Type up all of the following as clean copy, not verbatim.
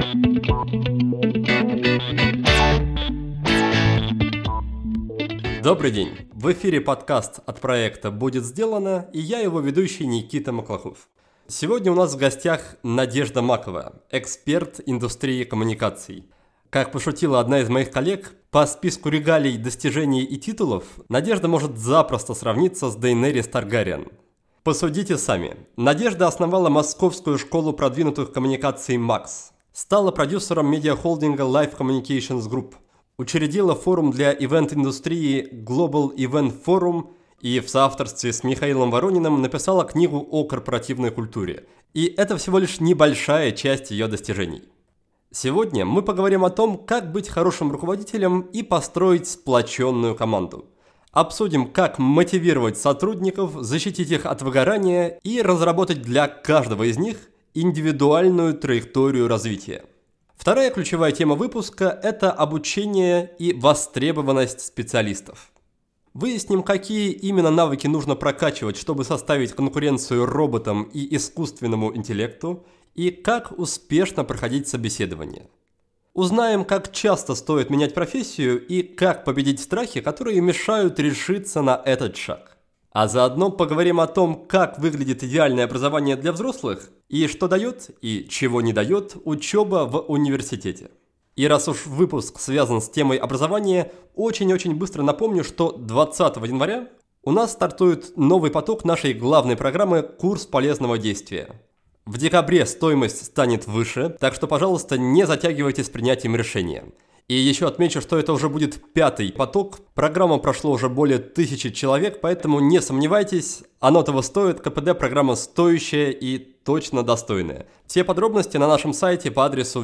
Добрый день! В эфире подкаст от проекта «Будет сделано» и я его ведущий Никита Маклахов. Сегодня у нас в гостях Надежда Макова, эксперт индустрии коммуникаций. Как пошутила одна из моих коллег, по списку регалий, достижений и титулов Надежда может запросто сравниться с Дейенерис Таргариен. Посудите сами. Надежда основала Московскую школу продвинутых коммуникаций МАКС, стала продюсером медиахолдинга Live Communications Group, учредила форум для ивент-индустрии Global Event Forum и в соавторстве с Михаилом Ворониным написала книгу о корпоративной культуре. И это всего лишь небольшая часть ее достижений. Сегодня мы поговорим о том, как быть хорошим руководителем и построить сплоченную команду. Обсудим, как мотивировать сотрудников, защитить их от выгорания и разработать для каждого из них индивидуальную траекторию развития. Вторая ключевая тема выпуска – это обучение и востребованность специалистов. Выясним, какие именно навыки нужно прокачивать, чтобы составить конкуренцию роботам и искусственному интеллекту, и как успешно проходить собеседование. Узнаем, как часто стоит менять профессию и как победить страхи, которые мешают решиться на этот шаг. А заодно поговорим о том, как выглядит идеальное образование для взрослых и что дает и чего не дает учеба в университете. И раз уж выпуск связан с темой образования, очень-очень быстро напомню, что 20 января у нас стартует новый поток нашей главной программы «Курс полезного действия». В декабре стоимость станет выше, так что, пожалуйста, не затягивайте с принятием решения. И еще отмечу, что это уже будет 5-й поток. Программа прошло уже более 1000 человек, поэтому не сомневайтесь, оно того стоит. КПД программа стоящая и точно достойная. Все подробности на нашем сайте по адресу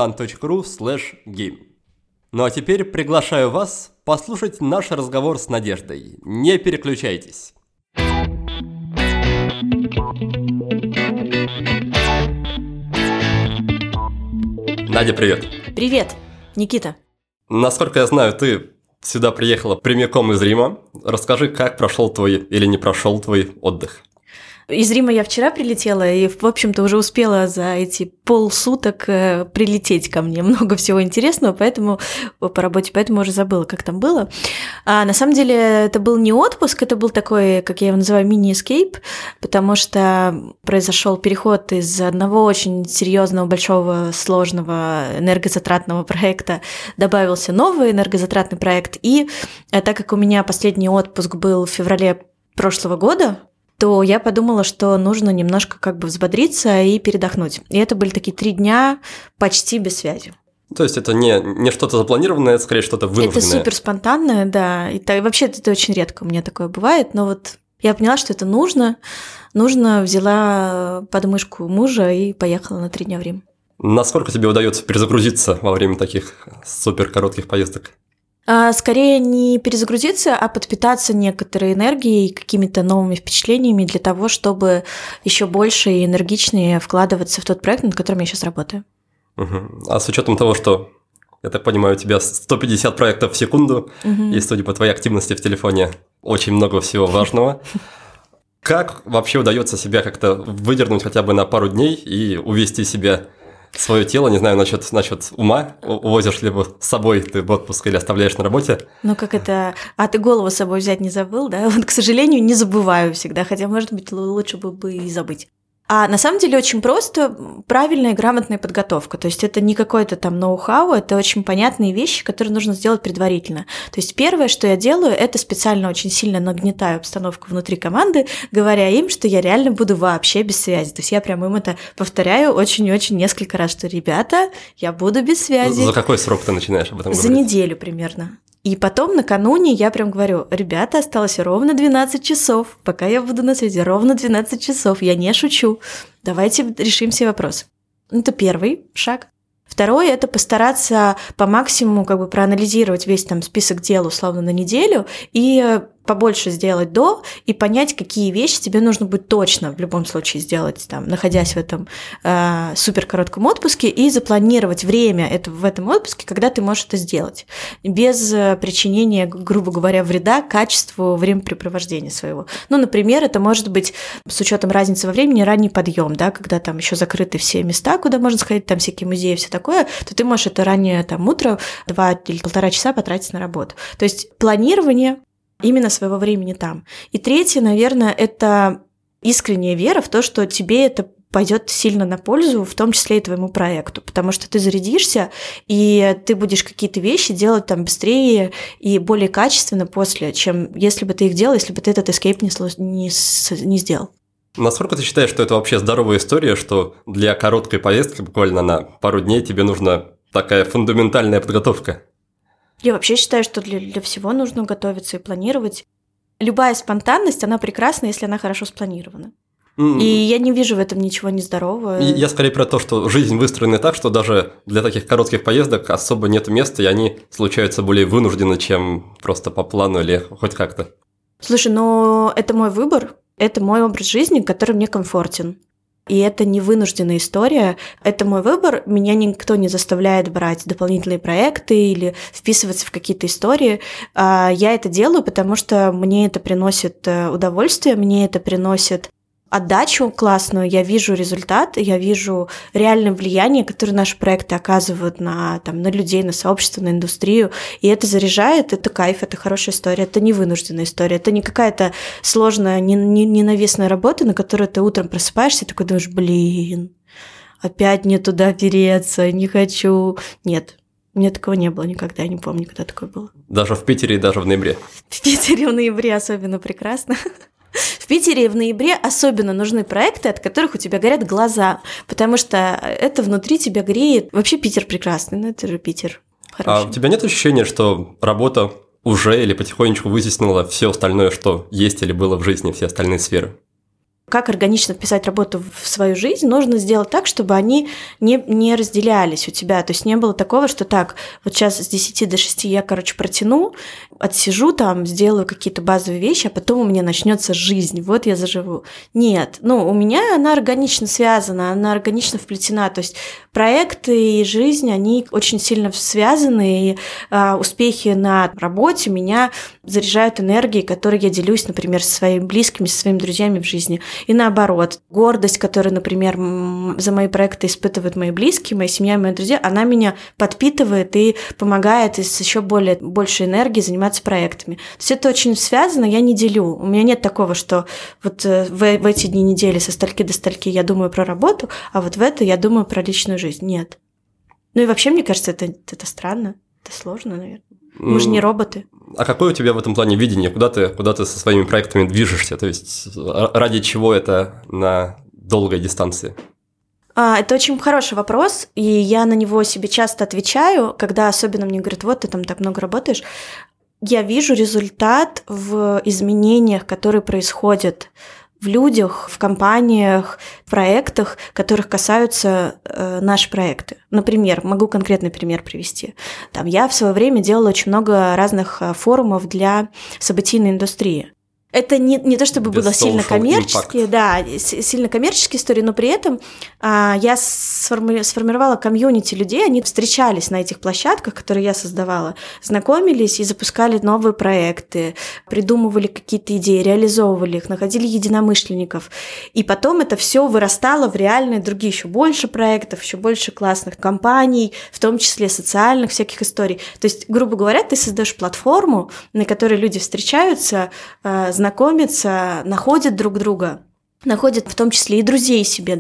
willbedone.ru/game. Ну а теперь приглашаю вас послушать наш разговор с Надеждой. Не переключайтесь. Надя, привет. Привет. Никита. Насколько я знаю, ты сюда приехала прямиком из Рима. Расскажи, как прошел твой или не прошел твой отдых? Из Рима я вчера прилетела и, в общем-то, уже успела за эти полсуток прилететь ко мне. Много всего интересного, поэтому по работе, поэтому уже забыла, как там было. А на самом деле это был не отпуск, это был такой, как я его называю, мини-эскейп, потому что произошел переход из одного очень серьезного, большого, сложного энергозатратного проекта, добавился новый энергозатратный проект, и так как у меня последний отпуск был в феврале прошлого года, то я подумала, что нужно немножко как бы взбодриться и передохнуть. И это были такие 3 дня почти без связи. То есть это не что-то запланированное, это скорее что-то вынужденное. Это супер спонтанное, да. И вообще это очень редко у меня такое бывает, но вот я поняла, что это нужно. Взяла под мышку мужа и поехала на 3 дня в Рим. Насколько тебе удается перезагрузиться во время таких супер коротких поездок? Скорее не перезагрузиться, а подпитаться некоторой энергией, какими-то новыми впечатлениями для того, чтобы еще больше и энергичнее вкладываться в тот проект, над которым я сейчас работаю. Угу. А с учетом того, что, я так понимаю, у тебя 150 проектов в секунду, и, судя по твоей активности в телефоне, очень много всего важного, как вообще удается себя как-то выдернуть хотя бы на пару дней и увести себя свое тело, не знаю, насчет ума, увозишь ли с собой ты в отпуск или оставляешь на работе? Ну, как это... А ты голову с собой взять не забыл, да? Вот, к сожалению, не забываю всегда, хотя, может быть, лучше бы и забыть. А на самом деле очень просто правильная и грамотная подготовка. То есть это не какой-то там ноу-хау, это очень понятные вещи, которые нужно сделать предварительно. То есть первое, что я делаю, это специально очень сильно нагнетаю обстановку внутри команды, говоря им, что я реально буду вообще без связи. То есть я прям им это повторяю очень-очень несколько раз, что, ребята, я буду без связи. За какой срок ты начинаешь об этом говорить? За неделю примерно. И потом накануне я прям говорю: ребята, осталось ровно 12 часов, пока я буду на связи, ровно 12 часов, я не шучу, давайте решим все вопросы. Это первый шаг. Второе – это постараться по максимуму как бы проанализировать весь там список дел условно на неделю и побольше сделать до и понять, какие вещи тебе нужно будет точно в любом случае сделать, там, находясь в этом супер коротком отпуске, и запланировать время в этом отпуске, когда ты можешь это сделать, без причинения, грубо говоря, вреда качеству времяпрепровождения своего. Ну, например, это может быть с учетом разницы во времени ранний подъем, да, когда там еще закрыты все места, куда можно сходить, там всякие музеи, все такое, то ты можешь это раннее там утро 2 или 1,5 часа потратить на работу. То есть планирование именно своего времени там. И третье, наверное, это искренняя вера в то, что тебе это пойдет сильно на пользу, в том числе и твоему проекту, потому что ты зарядишься, и ты будешь какие-то вещи делать там быстрее и более качественно после, чем если бы ты их делал, если бы ты этот эскейп не сделал. Насколько ты считаешь, что это вообще здоровая история, что для короткой поездки, буквально на пару дней, тебе нужна такая фундаментальная подготовка? Я вообще считаю, что для всего нужно готовиться и планировать. Любая спонтанность, она прекрасна, если она хорошо спланирована. И я не вижу в этом ничего нездорового. Я скорее про то, что жизнь выстроена так, что даже для таких коротких поездок особо нет места, и они случаются более вынужденно, чем просто по плану или хоть как-то. Слушай, но это мой выбор, это мой образ жизни, который мне комфортен. И это не вынужденная история, это мой выбор, меня никто не заставляет брать дополнительные проекты или вписываться в какие-то истории. Я это делаю, потому что мне это приносит удовольствие, мне это приносит отдачу классную, я вижу результат, я вижу реальное влияние, которое наши проекты оказывают на людей, на сообщество, на индустрию, и это заряжает, это кайф, это хорошая история, это не вынужденная история, это не какая-то сложная, ненавистная работа, на которую ты утром просыпаешься и такой думаешь, блин, опять мне туда переться, не хочу. Нет. У меня такого не было никогда, я не помню, когда такое было. Даже в Питере и даже в ноябре? В Питере в ноябре особенно прекрасно. В Питере в ноябре особенно нужны проекты, от которых у тебя горят глаза, потому что это внутри тебя греет. Вообще Питер прекрасный, но это же Питер хороший. А у тебя нет ощущения, что работа уже или потихонечку вытеснила все остальное, что есть или было в жизни, все остальные сферы? Как органично вписать работу в свою жизнь, нужно сделать так, чтобы они не разделялись у тебя. То есть не было такого, что так, вот сейчас с 10 до 6 я, протяну, отсижу там, сделаю какие-то базовые вещи, а потом у меня начнется жизнь, вот я заживу. Нет, у меня она органично связана, она органично вплетена. То есть проекты и жизнь, они очень сильно связаны, и успехи на работе меня заряжают энергией, которой я делюсь, например, со своими близкими, со своими друзьями в жизни. И наоборот, гордость, которую, например, за мои проекты испытывают мои близкие, моя семья, мои друзья, она меня подпитывает и помогает с еще большей энергией заниматься проектами. То есть это очень связано, я не делю. У меня нет такого, что вот в эти дни недели со стольки до стольки я думаю про работу, а вот в это я думаю про личную жизнь. Нет. И вообще, мне кажется, это странно, это сложно, наверное. Мы же не роботы. А какое у тебя в этом плане видение? Куда ты со своими проектами движешься? То есть ради чего это на долгой дистанции? Это очень хороший вопрос, и я на него себе часто отвечаю, когда особенно мне говорят, вот ты там так много работаешь. Я вижу результат в изменениях, которые происходят в людях, в компаниях, в проектах, которых касаются наши проекты. Например, могу конкретный пример привести. Я в свое время делала очень много разных форумов для событийной индустрии. Это не то чтобы было сильно коммерческие, сильно коммерческие истории, но при этом я сформировала комьюнити людей, они встречались на этих площадках, которые я создавала, знакомились и запускали новые проекты, придумывали какие-то идеи, реализовывали их, находили единомышленников. И потом это все вырастало в реальные другие, еще больше проектов, еще больше классных компаний, в том числе социальных всяких историй. То есть, грубо говоря, ты создаешь платформу, на которой люди встречаются, знакомятся, находят друг друга, находят в том числе и друзей себе,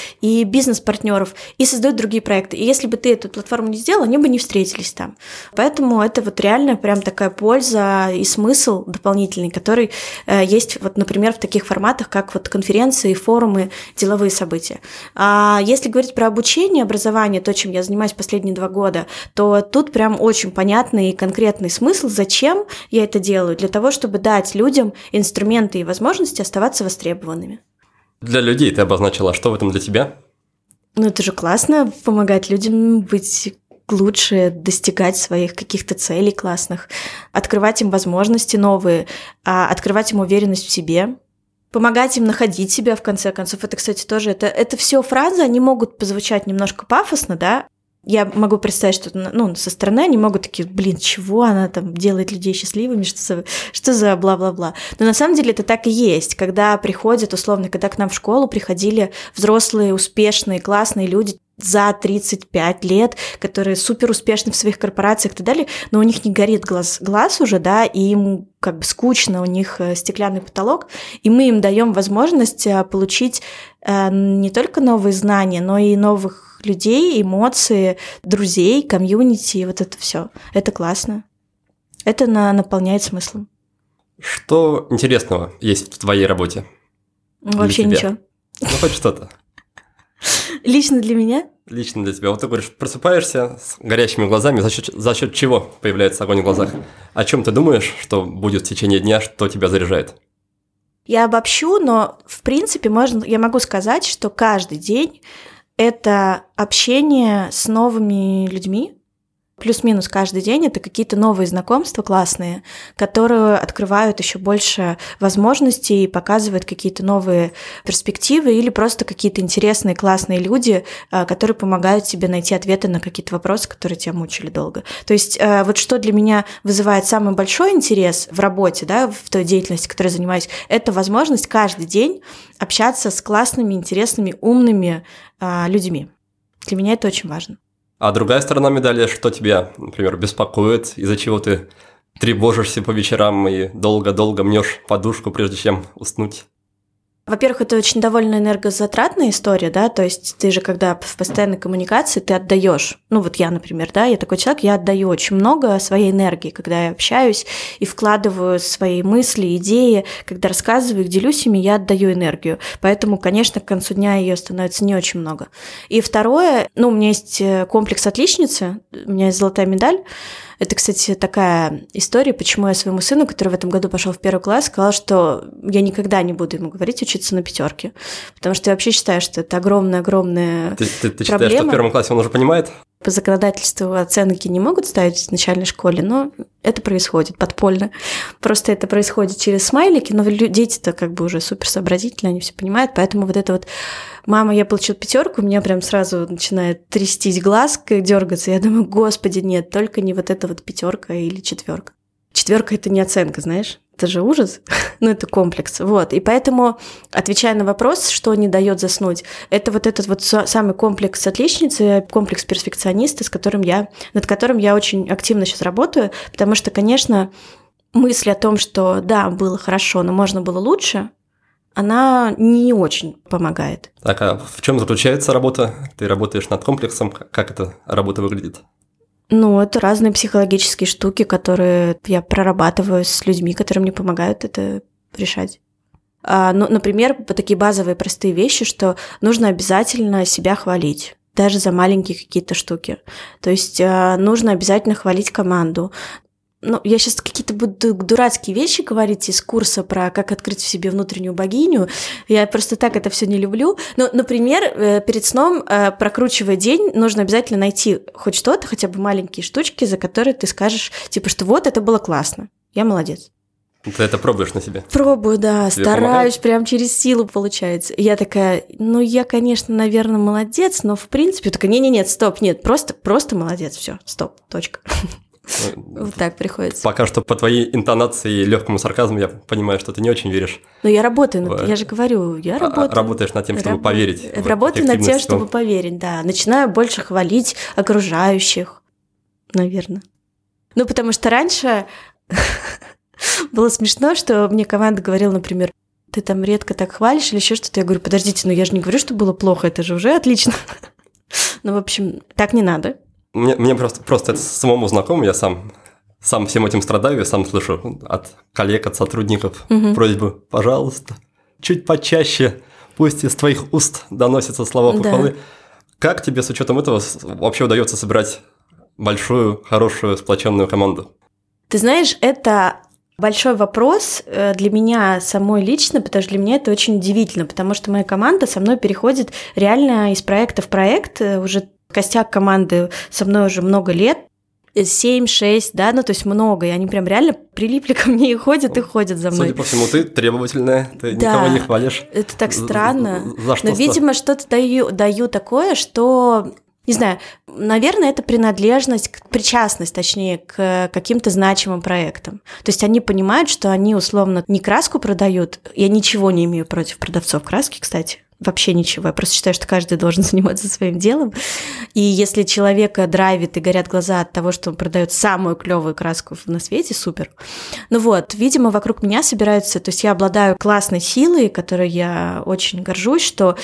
и бизнес-партнеров, и создают другие проекты. И если бы ты эту платформу не сделал, они бы не встретились там. Поэтому это вот реально прям такая польза и смысл дополнительный, который есть, вот, например, в таких форматах, как вот конференции, форумы, деловые события. А если говорить про обучение, образование, то, чем я занимаюсь последние 2 года, то тут прям очень понятный и конкретный смысл, зачем я это делаю. Для того, чтобы дать людям инструменты и возможности оставаться востребованными. Для людей ты обозначила, что в этом для тебя? Это же классно, помогать людям быть лучше достигать своих каких-то целей классных, открывать им возможности новые, открывать им уверенность в себе, помогать им находить себя, в конце концов. Это, кстати, тоже, это все фразы, они могут позвучать немножко пафосно, да. Я могу представить, что со стороны они могут такие, чего она там делает людей счастливыми, что за бла-бла-бла. Но на самом деле это так и есть. Когда приходят, условно, когда к нам в школу приходили взрослые, успешные, классные люди за 35 лет, которые супер успешны в своих корпорациях и так далее, но у них не горит глаз уже, да, и им как бы скучно, у них стеклянный потолок, и мы им даем возможность получить не только новые знания, но и новых людей, эмоции, друзей, комьюнити, вот это все. Это классно. Это наполняет смыслом. Что интересного есть в твоей работе? Вообще ничего. Хоть что-то. Лично для меня? Лично для тебя. Вот ты говоришь, просыпаешься с горящими глазами, за счет чего появляется огонь в глазах? О чем ты думаешь, что будет в течение дня, что тебя заряжает? Я обобщу, но в принципе я могу сказать, что каждый день это общение с новыми людьми, плюс-минус каждый день это какие-то новые знакомства классные, которые открывают еще больше возможностей и показывают какие-то новые перспективы или просто какие-то интересные классные люди, которые помогают тебе найти ответы на какие-то вопросы, которые тебя мучили долго. То есть вот что для меня вызывает самый большой интерес в работе, да, в той деятельности, которой я занимаюсь, это возможность каждый день общаться с классными, интересными, умными людьми. Для меня это очень важно. А другая сторона медали, что тебя, например, беспокоит, из-за чего ты тревожишься по вечерам и долго-долго мнешь подушку, прежде чем уснуть? Во-первых, это очень довольно энергозатратная история, да, то есть ты же, когда в постоянной коммуникации, ты отдаешь. Вот я, например, да, я такой человек, я отдаю очень много своей энергии, когда я общаюсь и вкладываю свои мысли, идеи, когда рассказываю, делюсь ими, я отдаю энергию. Поэтому, конечно, к концу дня ее становится не очень много. И второе, у меня есть комплекс отличницы, у меня есть золотая медаль. Это, кстати, такая история, почему я своему сыну, который в этом году пошел в 1 класс, сказала, что я никогда не буду ему говорить учиться на 5, потому что я вообще считаю, что это огромная-огромная Ты проблема. считаешь, что в 1 классе он уже понимает? По законодательству оценки не могут ставить в начальной школе, но это происходит подпольно. Просто это происходит через смайлики, но дети-то как бы уже суперсообразительные, они все понимают, поэтому вот это вот «мама, я получил 5», у меня прям сразу начинает трястись глаз, дергаться. Я думаю, господи, нет, только не вот эта вот 5 или 4. 4 – это не оценка, знаешь? Это же ужас, это комплекс. Вот. И поэтому, отвечая на вопрос, что не дает заснуть, это вот этот вот самый комплекс отличницы, комплекс перфекциониста, над которым я очень активно сейчас работаю, потому что, конечно, мысль о том, что да, было хорошо, но можно было лучше, она не очень помогает. Так, а в чем заключается работа? Ты работаешь над комплексом, как эта работа выглядит? Это разные психологические штуки, которые я прорабатываю с людьми, которые мне помогают это решать. Например, такие базовые простые вещи, что нужно обязательно себя хвалить, даже за маленькие какие-то штуки. То есть нужно обязательно хвалить команду. Я сейчас какие-то буду дурацкие вещи говорить из курса про как открыть в себе внутреннюю богиню. Я просто так это все не люблю. Например, перед сном, прокручивая день, нужно обязательно найти хоть что-то, хотя бы маленькие штучки, за которые ты скажешь, что вот это было классно, я молодец. Ты это пробуешь на себе? Пробую, да, Тебе стараюсь, помогает? прям через силу получается. Я такая, я, конечно, наверное, молодец, но в принципе, такая, нет, стоп, нет, просто молодец, все, стоп, точка. Вот так приходится. Пока что по твоей интонации и легкому сарказму я понимаю, что ты не очень веришь. Но я работаю, я же говорю, я работаю. Работаешь над тем, чтобы поверить. Работаю над тем, чтобы поверить, да. Начинаю больше хвалить окружающих, наверное. Потому что раньше было смешно, что мне команда говорила, например, ты там редко так хвалишь или еще что-то. Я говорю, подождите, я же не говорю, что было плохо, это же уже отлично. В общем, так не надо. Мне просто это самому знакомо, я сам всем этим страдаю, я сам слышу от коллег, от сотрудников просьбу, пожалуйста, чуть почаще, пусть из твоих уст доносятся слова похвалы. Да. Как тебе с учетом этого вообще удается собирать большую, хорошую, сплоченную команду? Ты знаешь, это большой вопрос для меня самой лично, потому что для меня это очень удивительно, потому что моя команда со мной переходит реально из проекта в проект уже костяк команды со мной уже много лет, 7-6, да, ну то есть много, и они прям реально прилипли ко мне и ходят за мной. Судя по всему, ты требовательная, ты никого не хвалишь. Это так странно. За что? Но, видимо, что-то даю такое, что, не знаю, наверное, это причастность, точнее, к каким-то значимым проектам. То есть они понимают, что они условно не краску продают, я ничего не имею против продавцов краски, кстати. Вообще ничего. Я просто считаю, что каждый должен заниматься своим делом. И если человека драйвит и горят глаза от того, что он продает самую клевую краску на свете, супер. Ну вот, видимо, вокруг меня собираются... То есть я обладаю классной силой, которой я очень горжусь, что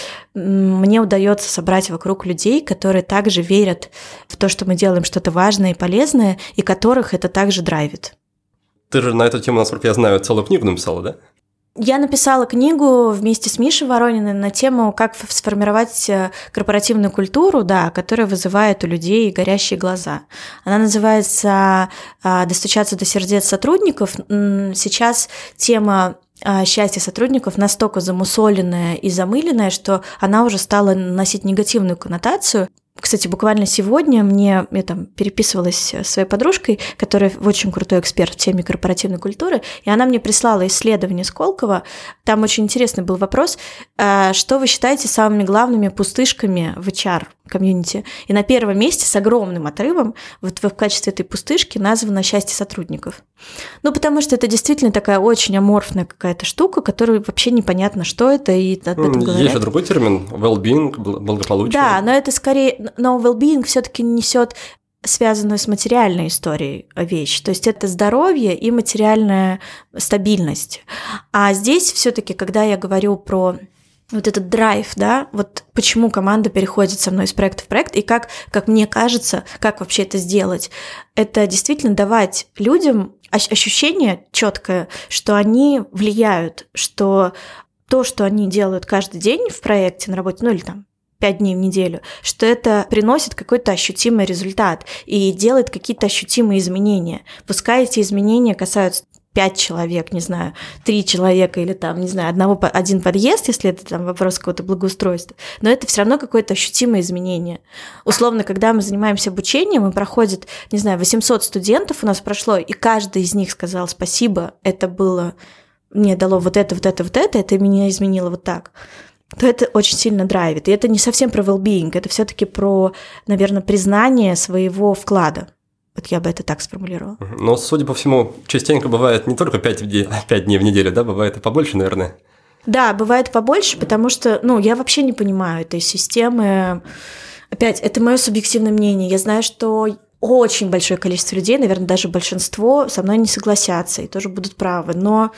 мне удается собрать вокруг людей, которые также верят в то, что мы делаем что-то важное и полезное, и которых это также драйвит. Ты же на эту тему, насколько я знаю, целую книгу написала, да? Я написала книгу вместе с Мишей Ворониной на тему, как сформировать корпоративную культуру, да, которая вызывает у людей горящие глаза. Она называется «Достучаться до сердец сотрудников». Сейчас тема счастья сотрудников настолько замусоленная и замыленная, что она уже стала носить негативную коннотацию. Кстати, буквально сегодня я там переписывалась с своей подружкой, которая очень крутой эксперт в теме корпоративной культуры, и она мне прислала исследование Сколково. Там очень интересный был вопрос, что вы считаете самыми главными пустышками в HR-комьюнити? И на первом месте с огромным отрывом вот в качестве этой пустышки названо счастье сотрудников. Ну, потому что это действительно такая очень аморфная какая-то штука, которая вообще непонятно, что это, и об этом говорят. Есть же другой термин – well-being, благополучие. Да, но это скорее... Но well-being все-таки несет связанную с материальной историей вещь. То есть это здоровье и материальная стабильность. А здесь все-таки, когда я говорю про вот этот драйв, да, вот почему команда переходит со мной из проекта в проект, и как мне кажется, как вообще это сделать, это действительно давать людям ощущение четкое, что они влияют, что то, что они делают каждый день в проекте на работе, ну или там 5 дней в неделю, что это приносит какой-то ощутимый результат и делает какие-то ощутимые изменения. Пускай эти изменения касаются 5 человек, не знаю, 3 человека или там, не знаю, один подъезд, если это там вопрос какого-то благоустройства, но это все равно какое-то ощутимое изменение. Условно, когда мы занимаемся обучением, и проходит, не знаю, 800 студентов у нас прошло, и каждый из них сказал спасибо, это было, мне дало вот это меня изменило вот так, то это очень сильно драйвит. И это не совсем про well-being, это все-таки про, наверное, признание своего вклада. Вот я бы это так сформулировала. Но, судя по всему, частенько бывает не только 5 дней в неделю, да, бывает и побольше, наверное. Да, бывает побольше, потому что, я вообще не понимаю этой системы. Опять, это мое субъективное мнение. Я знаю, что очень большое количество людей, наверное, даже большинство со мной не согласятся и тоже будут правы, но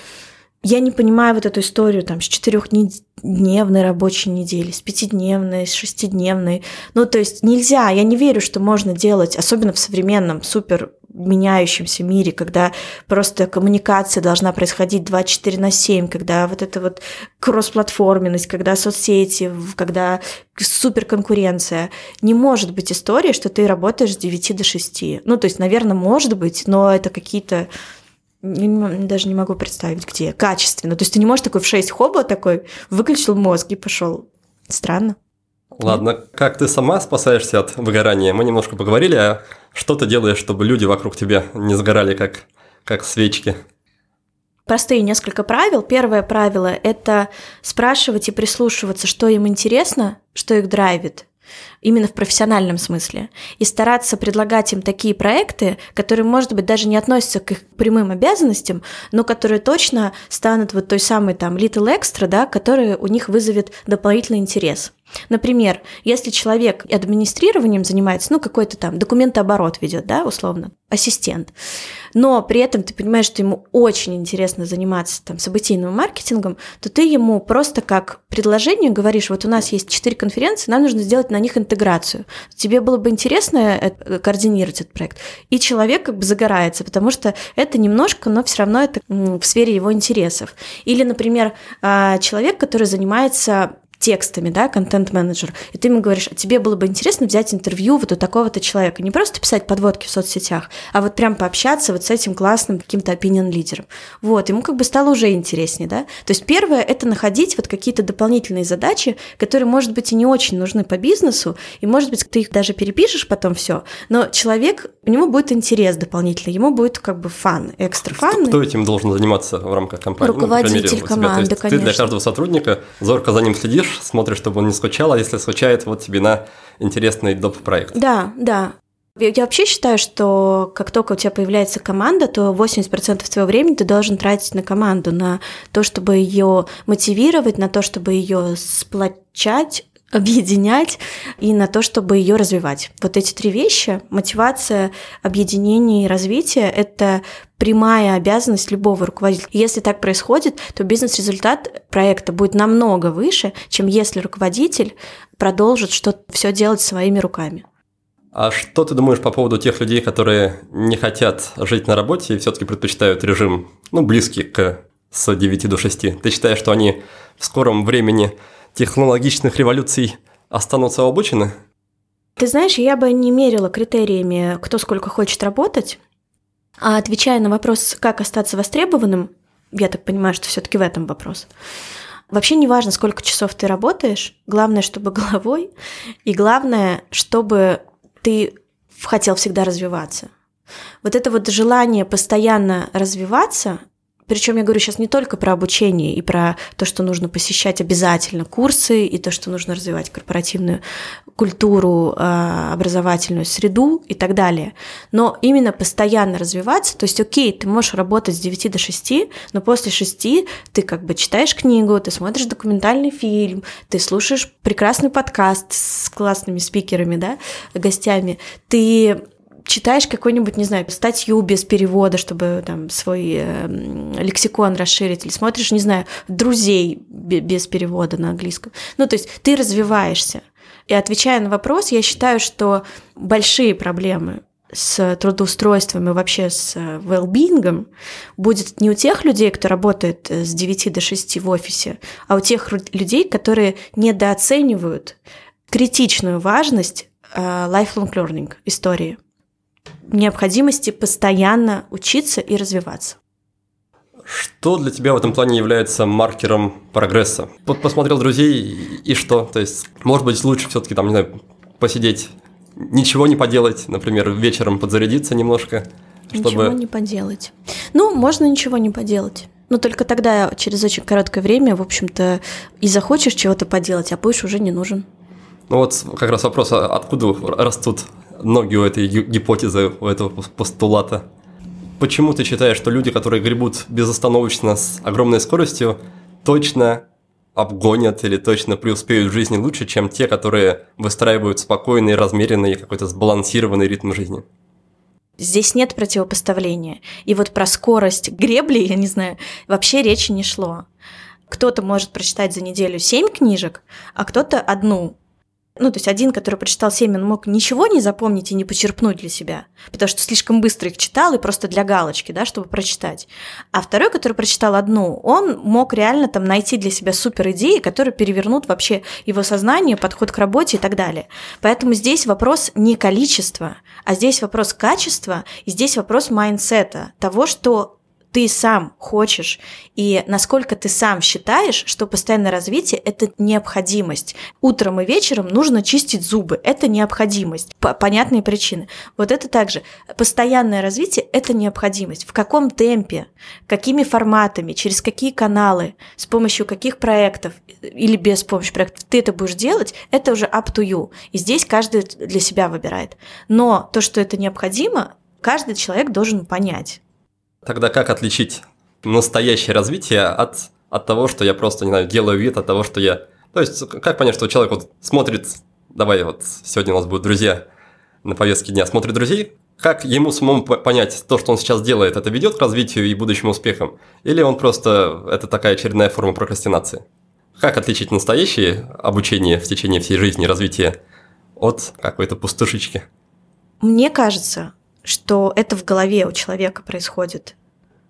я не понимаю вот эту историю там с 4-дневной рабочей недели, с 5-дневной, с 6-дневной. Ну, то есть нельзя, я не верю, что можно делать, особенно в современном супер меняющемся мире, когда просто коммуникация должна происходить 24/7, когда вот эта вот кроссплатформенность, когда соцсети, когда суперконкуренция. Не может быть истории, что ты работаешь с 9 до 6. Ну, то есть, наверное, может быть, но это какие-то... Даже не могу представить, где. Качественно. То есть ты не можешь такой в 6 хоба такой, выключил мозг и пошел. Странно. Ладно, как ты сама спасаешься от выгорания? Мы немножко поговорили, а что ты делаешь, чтобы люди вокруг тебя не сгорали, как свечки? Простые несколько правил. Первое правило – это спрашивать и прислушиваться, что им интересно, что их драйвит. Именно в профессиональном смысле. И стараться предлагать им такие проекты, которые, может быть, даже не относятся к их прямым обязанностям, но которые точно станут вот той самой там little extra, да, которая у них вызовет дополнительный интерес. Например, если человек администрированием занимается, какой-то там документооборот ведет, да, условно, ассистент, но при этом ты понимаешь, что ему очень интересно заниматься там событийным маркетингом, то ты ему просто как предложение говоришь, вот у нас есть 4 конференции, нам нужно сделать на них интеграцию. Тебе было бы интересно координировать этот проект? И человек как бы загорается, потому что это немножко, но все равно это в сфере его интересов. Или, например, человек, который занимается текстами, да, контент-менеджер, и ты ему говоришь, а тебе было бы интересно взять интервью вот у такого-то человека, не просто писать подводки в соцсетях, а вот прям пообщаться вот с этим классным каким-то opinion-лидером. Вот, ему как бы стало уже интереснее, да. То есть первое – это находить вот какие-то дополнительные задачи, которые, может быть, и не очень нужны по бизнесу, и, может быть, ты их даже перепишешь потом все, но человек, у него будет интерес дополнительный, ему будет как бы фан, экстра фан. Кто этим должен заниматься в рамках компании? Руководитель команды, конечно. Ты для каждого сотрудника зорко за ним следишь, смотришь, чтобы он не скучал, а если скучает, вот тебе на интересный доп. Проект. Да. Я вообще считаю, что как только у тебя появляется команда, то 80% твоего времени ты должен тратить на команду, на то, чтобы ее мотивировать, на то, чтобы ее сплочать, объединять и на то, чтобы ее развивать. Вот эти 3 вещи – мотивация, объединение и развитие – это прямая обязанность любого руководителя. Если так происходит, то бизнес-результат проекта будет намного выше, чем если руководитель продолжит все делать своими руками. А что ты думаешь по поводу тех людей, которые не хотят жить на работе и все-таки предпочитают режим, близкий с 9 до 6? Ты считаешь, что они в скором времени технологичных революций останутся у обочины? Ты знаешь, я бы не мерила критериями, кто сколько хочет работать, а отвечая на вопрос, как остаться востребованным, я так понимаю, что все-таки в этом вопрос. Вообще не важно, сколько часов ты работаешь, главное, чтобы головой, и главное, чтобы ты хотел всегда развиваться. Вот это вот желание постоянно развиваться, причем я говорю сейчас не только про обучение и про то, что нужно посещать обязательно курсы, и то, что нужно развивать корпоративную культуру, образовательную среду и так далее. Но именно постоянно развиваться, то есть окей, ты можешь работать с 9 до 6, но после 6 ты как бы читаешь книгу, ты смотришь документальный фильм, ты слушаешь прекрасный подкаст с классными спикерами, да, гостями, ты читаешь какую-нибудь, не знаю, статью без перевода, чтобы там свой лексикон расширить, или смотришь, не знаю, друзей без перевода на английском. То есть ты развиваешься. И отвечая на вопрос, я считаю, что большие проблемы с трудоустройством и вообще с well-being будет не у тех людей, кто работает с 9 до 6 в офисе, а у тех людей, которые недооценивают критичную важность lifelong learning истории. Необходимости постоянно учиться и развиваться. Что для тебя в этом плане является маркером прогресса? Вот посмотрел друзей и что? То есть, может быть, лучше все-таки там, не знаю, посидеть, ничего не поделать, например, вечером подзарядиться немножко, чтобы... Ничего не поделать. Можно ничего не поделать. Но только тогда, через очень короткое время, в общем-то, и захочешь чего-то поделать, а будешь уже не нужен. Вот как раз вопрос, откуда растут ноги у этой гипотезы, у этого постулата? Почему ты считаешь, что люди, которые гребут безостановочно с огромной скоростью, точно обгонят или точно преуспеют в жизни лучше, чем те, которые выстраивают спокойный, размеренный, какой-то сбалансированный ритм жизни? Здесь нет противопоставления. И вот про скорость гребли, я не знаю, вообще речи не шло. Кто-то может прочитать за неделю 7 книжек, а кто-то одну. То есть один, который прочитал 7, он мог ничего не запомнить и не почерпнуть для себя, потому что слишком быстро их читал и просто для галочки, да, чтобы прочитать. А второй, который прочитал одну, он мог реально там найти для себя супер идеи, которые перевернут вообще его сознание, подход к работе и так далее. Поэтому здесь вопрос не количества, а здесь вопрос качества, и здесь вопрос майндсета, того, что ты сам хочешь, и насколько ты сам считаешь, что постоянное развитие – это необходимость. Утром и вечером нужно чистить зубы – это необходимость. Понятные причины. Вот это также. Постоянное развитие – это необходимость. В каком темпе, какими форматами, через какие каналы, с помощью каких проектов или без помощи проектов ты это будешь делать – это уже up to you. И здесь каждый для себя выбирает. Но то, что это необходимо, каждый человек должен понять. Тогда как отличить настоящее развитие от того, что я просто, не знаю, делаю вид, от того, что я... То есть, как понять, что человек вот смотрит, давай вот сегодня у нас будут друзья на повестке дня, смотрит друзей, как ему самому понять, то, что он сейчас делает, это ведет к развитию и будущим успехам, или он просто, это такая очередная форма прокрастинации? Как отличить настоящее обучение в течение всей жизни, развитие от какой-то пустышечки? Мне кажется, что это в голове у человека происходит.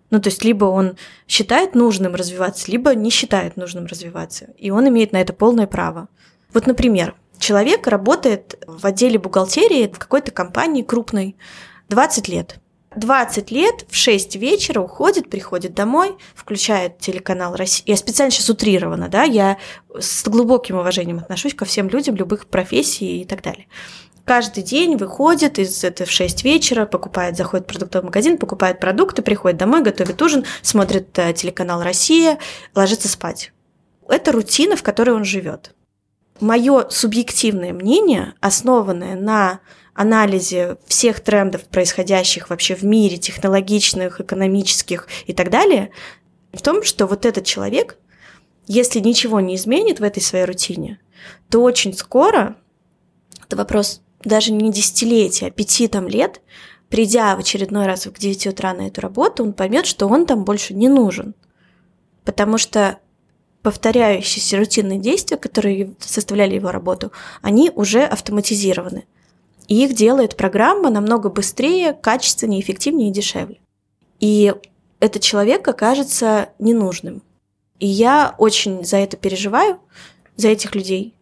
Ну, то есть либо он считает нужным развиваться, либо не считает нужным развиваться. И он имеет на это полное право. Вот, например, человек работает в отделе бухгалтерии в какой-то компании крупной 20 лет. 20 лет в 6 вечера уходит, приходит домой, включает телеканал «Россия». Я специально сейчас утрирована, да, я с глубоким уважением отношусь ко всем людям любых профессий и так далее. Каждый день выходит в 6 вечера, заходит в продуктовый магазин, покупает продукты, приходит домой, готовит ужин, смотрит телеканал «Россия», ложится спать. Это рутина, в которой он живет. Мое субъективное мнение, основанное на анализе всех трендов, происходящих вообще в мире, технологичных, экономических и так далее, в том, что вот этот человек, если ничего не изменит в этой своей рутине, то очень скоро, это вопрос даже не десятилетия, а 5 лет, придя в очередной раз в 9 утра на эту работу, он поймет, что он там больше не нужен. Потому что повторяющиеся рутинные действия, которые составляли его работу, они уже автоматизированы. И их делает программа намного быстрее, качественнее, эффективнее и дешевле. И этот человек окажется ненужным. И я очень за это переживаю, за этих людей.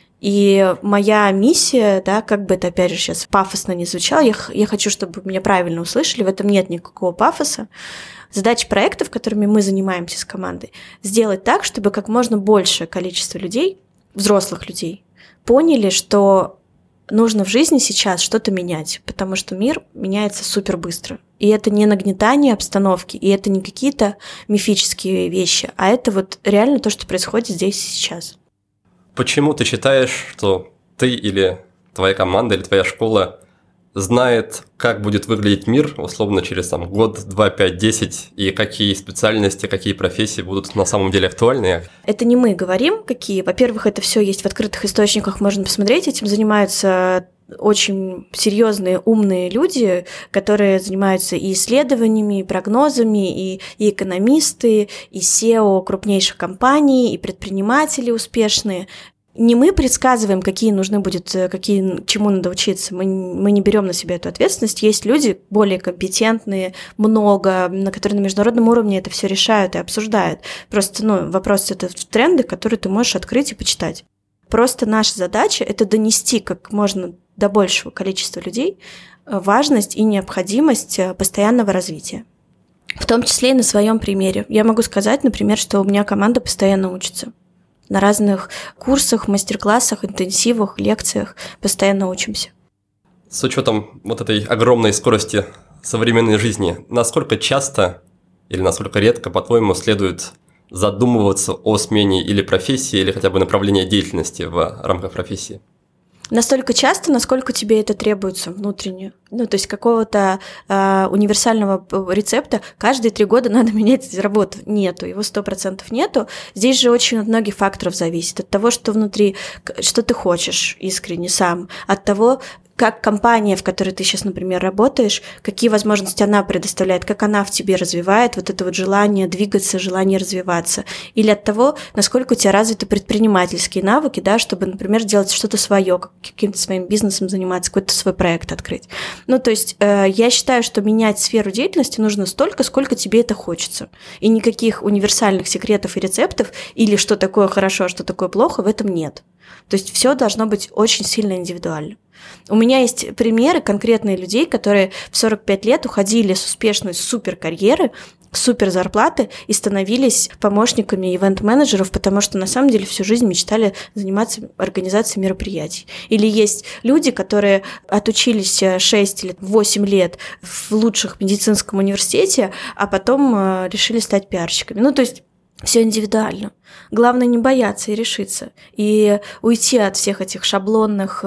И моя миссия, да, как бы это, опять же, сейчас пафосно не звучало, я хочу, чтобы меня правильно услышали, в этом нет никакого пафоса. Задача проектов, которыми мы занимаемся с командой, сделать так, чтобы как можно большее количество людей, взрослых людей, поняли, что нужно в жизни сейчас что-то менять, потому что мир меняется супер быстро. И это не нагнетание обстановки, и это не какие-то мифические вещи, а это вот реально то, что происходит здесь и сейчас. Почему ты считаешь, что ты или твоя команда, или твоя школа знает, как будет выглядеть мир, условно, через год, 2, 5, 10, и какие специальности, какие профессии будут на самом деле актуальны? Это не мы говорим, какие. Во-первых, это все есть в открытых источниках, можно посмотреть. Этим занимаются очень серьезные, умные люди, которые занимаются и исследованиями, и прогнозами, и экономисты, и SEO крупнейших компаний, и предприниматели успешные. Не мы предсказываем, чему надо учиться. Мы не берем на себя эту ответственность. Есть люди более компетентные, много, которые на международном уровне это все решают и обсуждают. Просто, вопрос это в тренды, которые ты можешь открыть и почитать. Просто наша задача – это донести как можно до большего количества людей важность и необходимость постоянного развития. В том числе и на своем примере. Я могу сказать, например, что у меня команда постоянно учится. На разных курсах, мастер-классах, интенсивах, лекциях постоянно учимся. С учетом вот этой огромной скорости современной жизни, насколько часто или насколько редко, по-твоему, следует задумываться о смене или профессии, или хотя бы направления деятельности в рамках профессии? Настолько часто, насколько тебе это требуется внутренне. То есть какого-то универсального рецепта каждые 3 года надо менять работу. Нету, его 100% нету. Здесь же очень от многих факторов зависит. От того, что внутри, что ты хочешь искренне сам. От того, как компания, в которой ты сейчас, например, работаешь, какие возможности она предоставляет, как она в тебе развивает вот это вот желание двигаться, желание развиваться. Или от того, насколько у тебя развиты предпринимательские навыки, да, чтобы, например, делать что-то свое, каким-то своим бизнесом заниматься, какой-то свой проект открыть. То есть я считаю, что менять сферу деятельности нужно столько, сколько тебе это хочется. И никаких универсальных секретов и рецептов или что такое хорошо, а что такое плохо, в этом нет. То есть все должно быть очень сильно индивидуально. У меня есть примеры конкретные людей, которые в 45 лет уходили с успешной суперкарьеры, супер зарплаты и становились помощниками ивент-менеджеров, потому что на самом деле всю жизнь мечтали заниматься организацией мероприятий. Или есть люди, которые отучились 6 или 8 лет в лучших медицинском университете, а потом решили стать пиарщиками. То есть все индивидуально. Главное не бояться и решиться. И уйти от всех этих шаблонных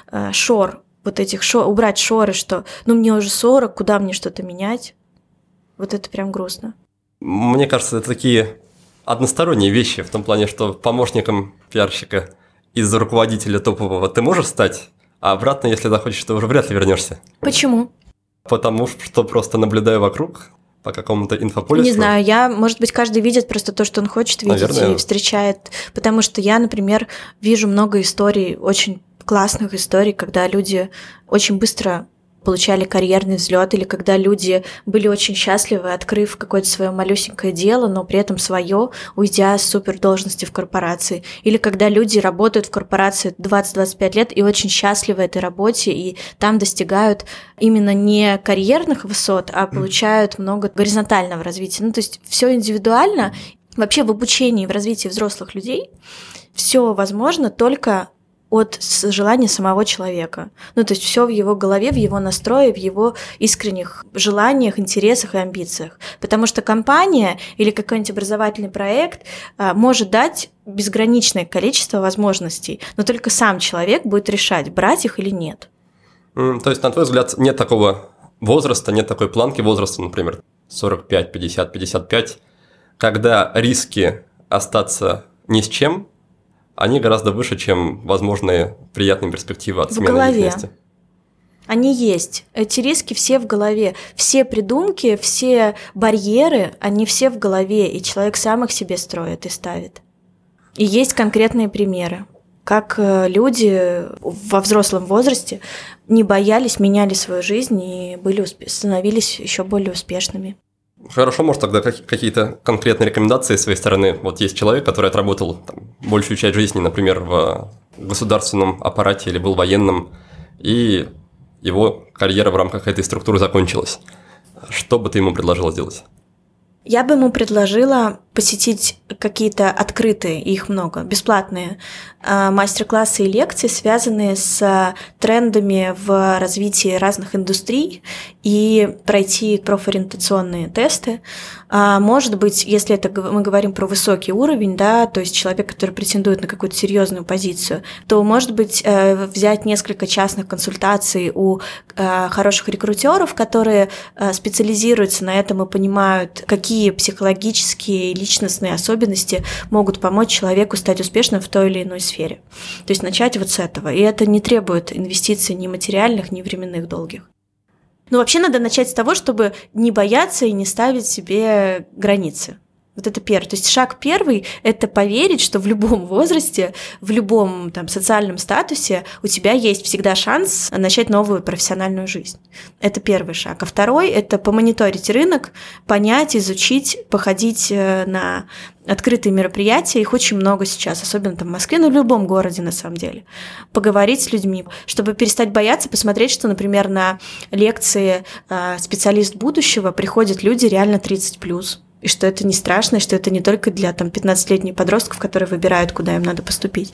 шор, убрать шоры, что мне уже 40, куда мне что-то менять. Вот это прям грустно. Мне кажется, это такие односторонние вещи, в том плане, что помощником пиарщика из руководителя топового ты можешь стать, а обратно, если захочешь, ты уже вряд ли вернешься. Почему? Потому что просто наблюдаю вокруг по какому-то инфополису. Не знаю, может быть, каждый видит просто то, что он хочет видеть. Наверное. И встречает. Потому что я, например, вижу много историй, очень классных историй, когда люди очень быстро получали карьерный взлет, или когда люди были очень счастливы, открыв какое-то свое малюсенькое дело, но при этом свое, уйдя с супер должности в корпорации, или когда люди работают в корпорации 20-25 лет и очень счастливы этой работе, и там достигают именно не карьерных высот, а получают много горизонтального развития. Ну, то есть все индивидуально. Вообще в обучении, в развитии взрослых людей все возможно только от желания самого человека. Ну, то есть все в его голове, в его настрое, в его искренних желаниях, интересах и амбициях. Потому что компания или какой-нибудь образовательный проект может дать безграничное количество возможностей, но только сам человек будет решать, брать их или нет. То есть, на твой взгляд, нет такого возраста, нет такой планки возраста, например, 45, 50, 55, когда риски остаться ни с чем, они гораздо выше, чем возможные приятные перспективы от смены деятельности. Они есть. Эти риски все в голове. Все придумки, все барьеры, они все в голове, и человек сам их себе строит и ставит. И есть конкретные примеры, как люди во взрослом возрасте не боялись, меняли свою жизнь и становились еще более успешными. Хорошо, может, тогда какие-то конкретные рекомендации с своей стороны. Вот есть человек, который отработал большую часть жизни, например, в государственном аппарате или был военным, и его карьера в рамках этой структуры закончилась. Что бы ты ему предложила сделать? Я бы ему предложила посетить какие-то открытые, их много, бесплатные мастер-классы и лекции, связанные с трендами в развитии разных индустрий, и пройти профориентационные тесты. Может быть, если это мы говорим про высокий уровень, да, то есть человек, который претендует на какую-то серьезную позицию, то, может быть, взять несколько частных консультаций у хороших рекрутеров, которые специализируются на этом и понимают, какие психологические и личностные особенности могут помочь человеку стать успешным в той или иной сфере. То есть начать вот с этого. И это не требует инвестиций ни материальных, ни временных долгих. Но вообще надо начать с того, чтобы не бояться и не ставить себе границы. Вот это первое. То есть шаг первый – это поверить, что в любом возрасте, в любом социальном статусе у тебя есть всегда шанс начать новую профессиональную жизнь. Это первый шаг. А второй – это помониторить рынок, понять, изучить, походить на открытые мероприятия, их очень много сейчас, особенно в Москве, но в любом городе на самом деле. Поговорить с людьми, чтобы перестать бояться, посмотреть, что, например, на лекции «Специалист будущего» приходят люди реально 30+. И что это не страшно, и что это не только для 15-летних подростков, которые выбирают, куда им надо поступить.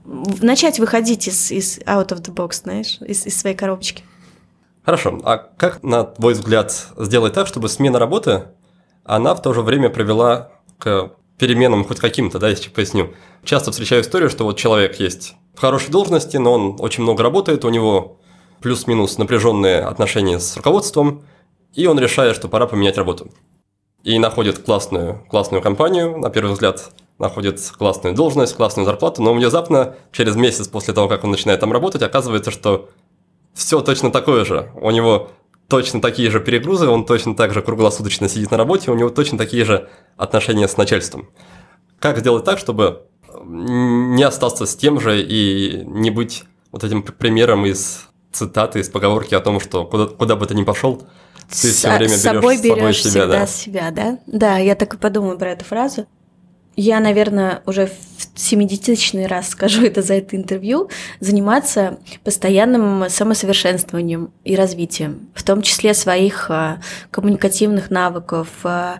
Начать выходить из out of the box, знаешь, из своей коробочки. Хорошо. А как, на твой взгляд, сделать так, чтобы смена работы, она в то же время привела к переменам хоть каким-то, да, если поясню. Часто встречаю историю, что вот человек есть в хорошей должности, но он очень много работает, у него плюс-минус напряженные отношения с руководством, и он решает, что пора поменять работу. И находит классную компанию, на первый взгляд, находит классную должность, классную зарплату, но внезапно, через месяц после того, как он начинает там работать, оказывается, что все точно такое же. У него точно такие же перегрузы, он точно так же круглосуточно сидит на работе, у него точно такие же отношения с начальством. Как сделать так, чтобы не остаться с тем же и не быть вот этим примером из цитаты, из поговорки о том, что куда бы ты ни пошел, ты все время берешь с собой себя, да? Себя, да? Да, я так и подумаю про эту фразу. Я, наверное, уже в 70-й раз скажу это за это интервью, заниматься постоянным самосовершенствованием и развитием, в том числе своих коммуникативных навыков,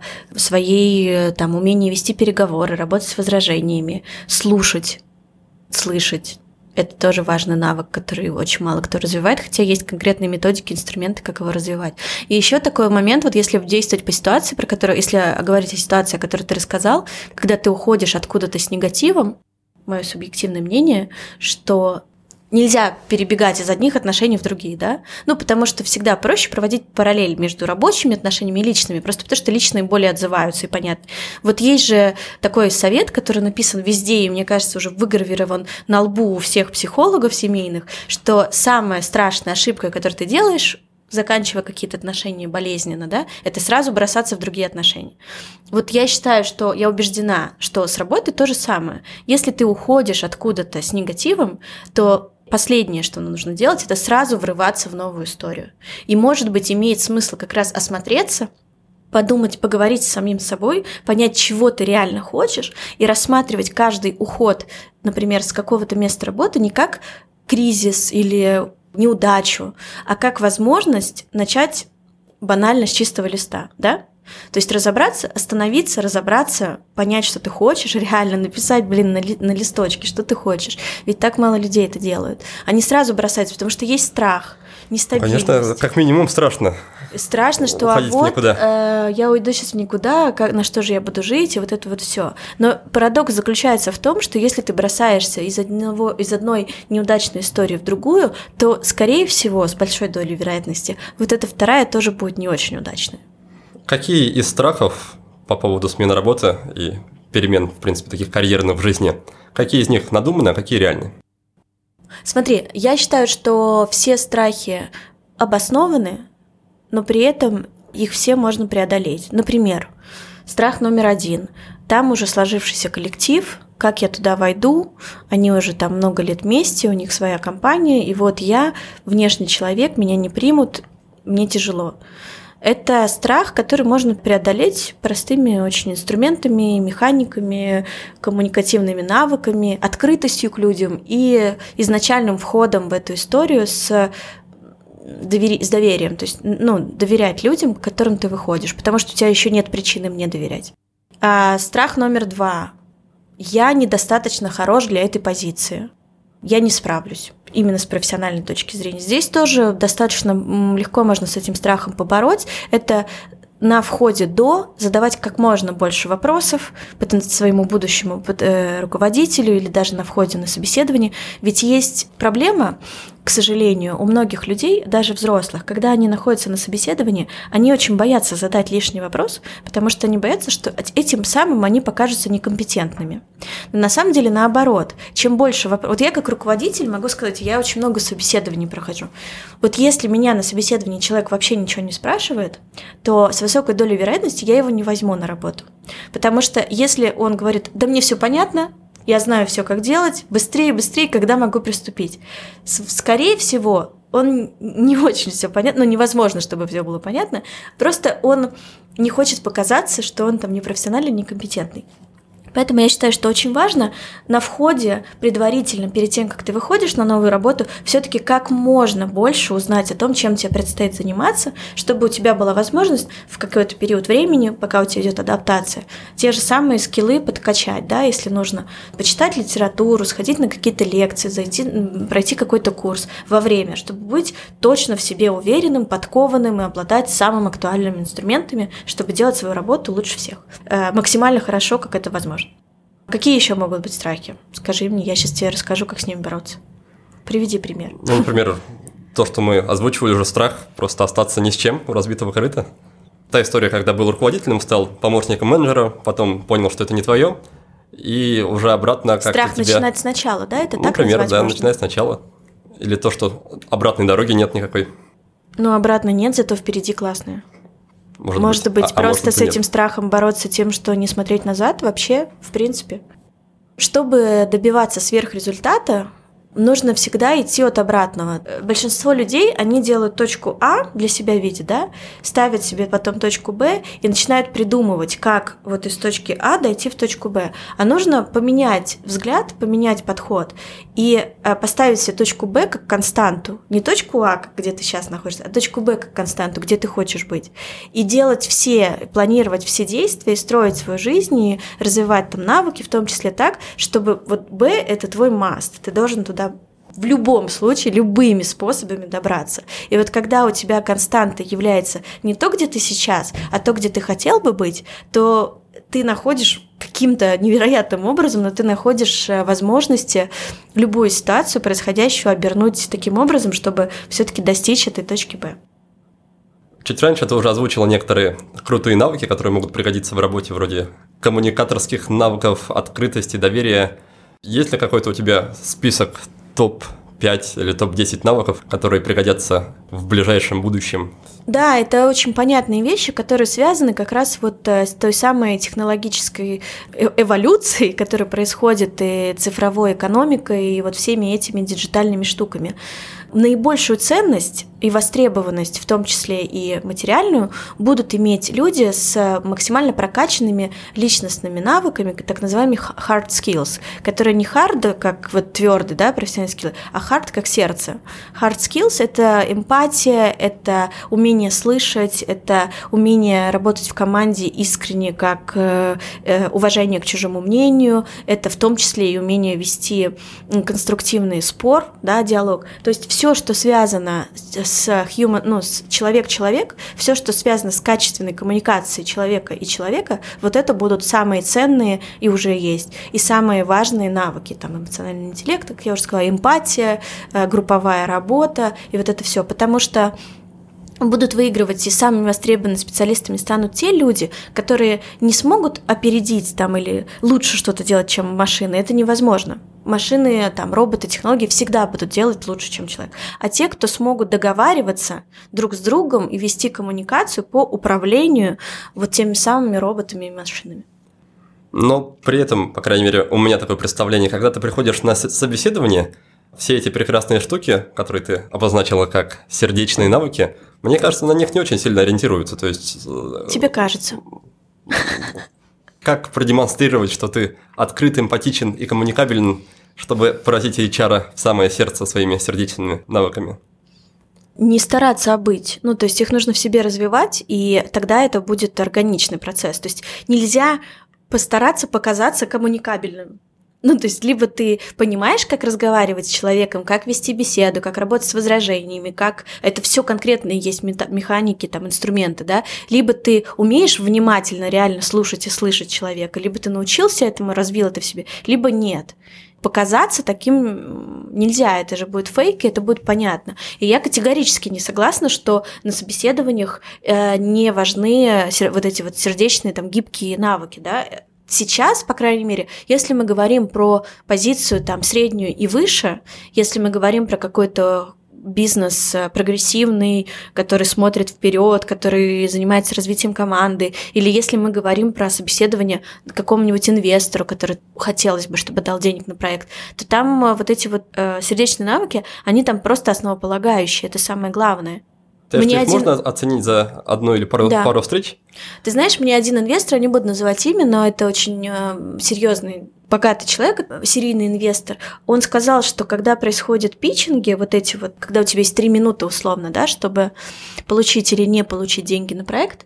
своей умения вести переговоры, работать с возражениями, слушать, слышать. Это тоже важный навык, который очень мало кто развивает, хотя есть конкретные методики, инструменты, как его развивать. И еще такой момент, вот если действовать по ситуации, про которую, если говорить о ситуации, о которой ты рассказал, когда ты уходишь откуда-то с негативом, мое субъективное мнение, что нельзя перебегать из одних отношений в другие, да? Потому что всегда проще проводить параллель между рабочими отношениями и личными, просто потому что личные более отзываются и понятно. Вот есть же такой совет, который написан везде, и, мне кажется, уже выгравирован на лбу у всех психологов семейных, что самая страшная ошибка, которую ты делаешь, заканчивая какие-то отношения болезненно, да, это сразу бросаться в другие отношения. Вот я считаю, что я убеждена, что с работой то же самое. Если ты уходишь откуда-то с негативом, то Последнее, что нужно делать, это сразу врываться в новую историю. И, может быть, имеет смысл как раз осмотреться, подумать, поговорить с самим собой, понять, чего ты реально хочешь, и рассматривать каждый уход, например, с какого-то места работы не как кризис или неудачу, а как возможность начать банально с чистого листа, да? То есть разобраться, остановиться, разобраться, понять, что ты хочешь, реально написать, на листочке, что ты хочешь. Ведь так мало людей это делают. Они сразу бросаются, потому что есть страх, нестабильность. Конечно, как минимум страшно. Страшно, что я уйду сейчас в никуда, на что же я буду жить, и вот это вот все. Но парадокс заключается в том, что если ты бросаешься из одной неудачной истории в другую, то, скорее всего, с большой долей вероятности, вот эта вторая тоже будет не очень удачной. Какие из страхов по поводу смены работы и перемен, в принципе, таких карьерных в жизни, какие из них надуманы, а какие реальны? Смотри, я считаю, что все страхи обоснованы, но при этом их все можно преодолеть. Например, страх номер 1. Там уже сложившийся коллектив, как я туда войду, они уже там много лет вместе, у них своя компания, и вот я, внешний человек, меня не примут, мне тяжело. Это страх, который можно преодолеть простыми очень инструментами, механиками, коммуникативными навыками, открытостью к людям и изначальным входом в эту историю с доверием. То есть, доверять людям, к которым ты выходишь, потому что у тебя еще нет причины мне доверять. А страх номер 2. Я недостаточно хорош для этой позиции. Я не справлюсь. Именно с профессиональной точки зрения. Здесь тоже достаточно легко можно с этим страхом побороть. Это на входе задавать как можно больше вопросов своему будущему руководителю или даже на входе на собеседование. Ведь есть проблема, к сожалению, у многих людей, даже взрослых, когда они находятся на собеседовании, они очень боятся задать лишний вопрос, потому что они боятся, что этим самым они покажутся некомпетентными. Но на самом деле наоборот. Чем больше вопросов... Вот я как руководитель могу сказать, я очень много собеседований прохожу. Вот если меня на собеседовании человек вообще ничего не спрашивает, то с высокой долей вероятности я его не возьму на работу. Потому что если он говорит, да мне все понятно, я знаю все, как делать, быстрее, когда могу приступить. Скорее всего, он не очень все понятно, невозможно, чтобы все было понятно, просто он не хочет показаться, что он там непрофессиональный, некомпетентный. Поэтому я считаю, что очень важно на входе, предварительно, перед тем, как ты выходишь на новую работу, все-таки как можно больше узнать о том, чем тебе предстоит заниматься, чтобы у тебя была возможность в какой-то период времени, пока у тебя идет адаптация, те же самые скиллы подкачать, да, если нужно почитать литературу, сходить на какие-то лекции, пройти какой-то курс во время, чтобы быть точно в себе уверенным, подкованным и обладать самыми актуальными инструментами, чтобы делать свою работу лучше всех, максимально хорошо, как это возможно. Какие еще могут быть страхи? Скажи мне, я сейчас тебе расскажу, как с ними бороться. Приведи пример. Например, то, что мы озвучивали уже, страх просто остаться ни с чем у разбитого корыта. Та история, когда был руководителем, стал помощником менеджера, потом понял, что это не твое, и уже обратно как-то страх начинать сначала, да? Это так например, назвать можно? Начинать сначала. Или то, что обратной дороги нет никакой. Обратно нет, зато впереди классная. Может быть, просто с этим страхом бороться тем, что не смотреть назад вообще, в принципе. Чтобы добиваться сверхрезультата, нужно всегда идти от обратного. Большинство людей, они делают точку А, для себя видят, да, ставят себе потом точку Б и начинают придумывать, как вот из точки А дойти в точку Б. А нужно поменять взгляд, поменять подход и поставить себе точку Б как константу. Не точку А, где ты сейчас находишься, а точку Б как константу, где ты хочешь быть. И делать планировать все действия, и строить свою жизнь, и развивать там навыки, в том числе так, чтобы вот Б – это твой must, ты должен туда в любом случае, любыми способами добраться. И вот когда у тебя константа является не то, где ты сейчас, а то, где ты хотел бы быть, то ты находишь каким-то невероятным образом, но ты находишь возможности любую ситуацию происходящую обернуть таким образом, чтобы все-таки достичь этой точки Б. Чуть раньше ты уже озвучила некоторые крутые навыки, которые могут пригодиться в работе, вроде коммуникаторских навыков, открытости, доверия. Есть ли какой-то у тебя список топ-5 или топ-10 навыков, которые пригодятся в ближайшем будущем. Да, это очень понятные вещи, которые связаны как раз вот с той самой технологической эволюцией, которая происходит и цифровой экономикой, и вот всеми этими диджитальными штуками. Наибольшую ценность и востребованность, в том числе и материальную, будут иметь люди с максимально прокачанными личностными навыками, так называемыми hard skills, которые не hard, как вот твердый, да, профессиональный скилл, а hard, как сердце. Hard skills — это эмпатия, это умение слышать, это умение работать в команде искренне, как уважение к чужому мнению, это в том числе и умение вести конструктивный спор, да, диалог. То есть все, что связано с человек-человек, все, что связано с качественной коммуникацией человека и человека, вот это будут самые ценные и уже есть, и самые важные навыки, там, эмоциональный интеллект, как я уже сказала, эмпатия, групповая работа, и вот это все, потому что будут выигрывать, и самыми востребованными специалистами станут те люди, которые не смогут опередить там или лучше что-то делать, чем машины. Это невозможно. Машины, там, роботы, технологии всегда будут делать лучше, чем человек. А те, кто смогут договариваться друг с другом и вести коммуникацию по управлению вот теми самыми роботами и машинами. Но при этом, по крайней мере, у меня такое представление, когда ты приходишь на собеседование, все эти прекрасные штуки, которые ты обозначила как сердечные навыки, мне кажется, на них не очень сильно ориентируются. То есть, тебе кажется. Как продемонстрировать, что ты открыт, эмпатичен и коммуникабелен, чтобы поразить HR в самое сердце своими сердечными навыками? Не стараться быть. То есть их нужно в себе развивать, и тогда это будет органичный процесс. То есть нельзя постараться показаться коммуникабельным. То есть либо ты понимаешь, как разговаривать с человеком, как вести беседу, как работать с возражениями, как это все конкретные есть механики, там, инструменты, да, либо ты умеешь внимательно реально слушать и слышать человека, либо ты научился этому, развил это в себе, либо нет. Показаться таким нельзя, это же будет фейк, и это будет понятно. И я категорически не согласна, что на собеседованиях не важны вот эти вот сердечные, там, гибкие навыки, да. Сейчас, по крайней мере, если мы говорим про позицию там среднюю и выше, если мы говорим про какой-то бизнес прогрессивный, который смотрит вперед, который занимается развитием команды, или если мы говорим про собеседование какому-нибудь инвестору, который хотелось бы, чтобы дал денег на проект, то там вот эти вот сердечные навыки, они там просто основополагающие, это самое главное. То есть их можно оценить за одну или пару встреч? Ты знаешь, мне один инвестор, я не буду называть имя, но это очень серьезный, богатый человек, серийный инвестор, он сказал, что когда происходят питчинги, вот эти вот, когда у тебя есть 3 минуты условно, да, чтобы получить или не получить деньги на проект,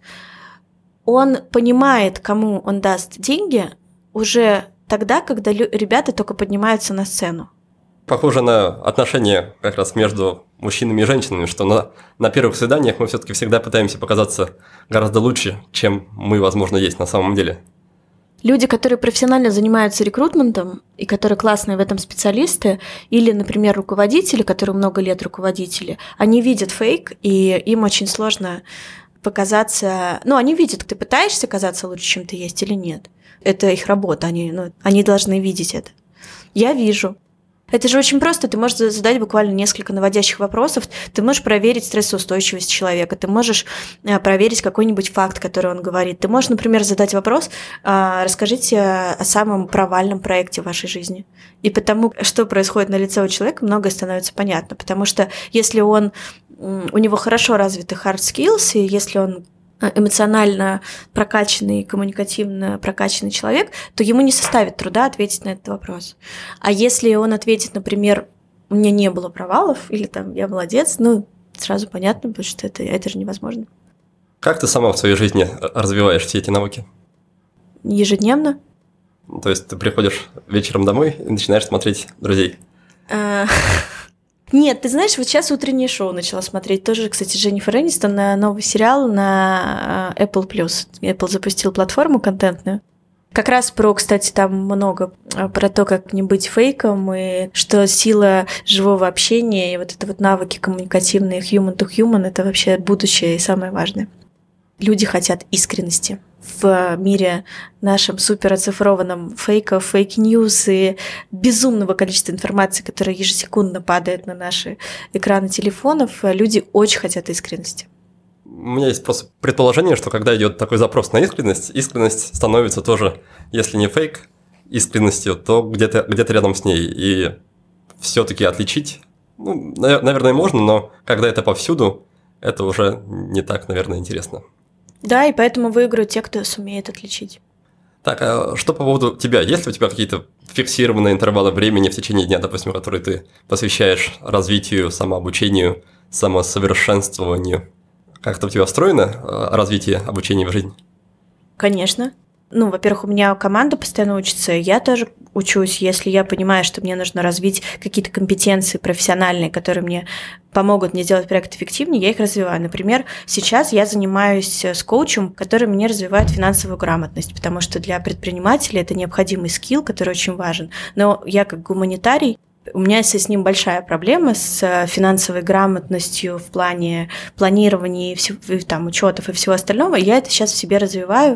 он понимает, кому он даст деньги уже тогда, когда ребята только поднимаются на сцену. Похоже на отношения как раз между мужчинами и женщинами, что на первых свиданиях мы все-таки всегда пытаемся показаться гораздо лучше, чем мы, возможно, есть на самом деле. Люди, которые профессионально занимаются рекрутментом и которые классные в этом специалисты, или, например, руководители, которые много лет руководители, они видят фейк, и им очень сложно показаться... они видят, ты пытаешься казаться лучше, чем ты есть, или нет. Это их работа, они должны видеть это. Я вижу. Это же очень просто, ты можешь задать буквально несколько наводящих вопросов, ты можешь проверить стрессоустойчивость человека, ты можешь проверить какой-нибудь факт, который он говорит. Ты можешь, например, задать вопрос, расскажите о самом провальном проекте в вашей жизни. И потому, что происходит на лице у человека, многое становится понятно, потому что если у него хорошо развиты hard skills, и если он эмоционально прокачанный, коммуникативно прокачанный человек, то ему не составит труда ответить на этот вопрос. А если он ответит, например, у меня не было провалов, или там я молодец, сразу понятно, потому что это же невозможно. Как ты сама в своей жизни развиваешь все эти навыки? Ежедневно. То есть ты приходишь вечером домой и начинаешь смотреть «Друзей»? Нет, ты знаешь, вот сейчас утреннее шоу начала смотреть. Тоже, кстати, Дженнифер Энистон, новый сериал на Apple+. Apple запустил платформу контентную. Как раз кстати, там много про то, как не быть фейком, и что сила живого общения, и вот это вот навыки коммуникативные human to human — это вообще будущее и самое важное. Люди хотят искренности. в мире нашем супер оцифрованном фейков, фейк-ньюс и безумного количества информации, которая ежесекундно падает на наши экраны телефонов, люди очень хотят искренности. У меня есть просто предположение, что когда идет такой запрос на искренность становится тоже, если не фейк искренностью, то где-то рядом с ней. И все-таки отличить, наверное, можно, но когда это повсюду, это уже не так, наверное, интересно. Да, и поэтому выиграют те, кто сумеет отличить. Так, а что по поводу тебя? Есть ли у тебя какие-то фиксированные интервалы времени в течение дня, допустим, которые ты посвящаешь развитию, самообучению, самосовершенствованию? Как это у тебя встроено, развитие обучения в жизни? Конечно. Во-первых, у меня команда постоянно учится, я тоже учусь. Если я понимаю, что мне нужно развить какие-то компетенции профессиональные, которые мне помогут мне сделать проект эффективнее, я их развиваю. Например, сейчас я занимаюсь с коучем, который мне развивает финансовую грамотность, потому что для предпринимателя это необходимый скилл, который очень важен. Но я как гуманитарий, у меня есть с ним большая проблема с финансовой грамотностью в плане планирования, учетов и всего остального. Я это сейчас в себе развиваю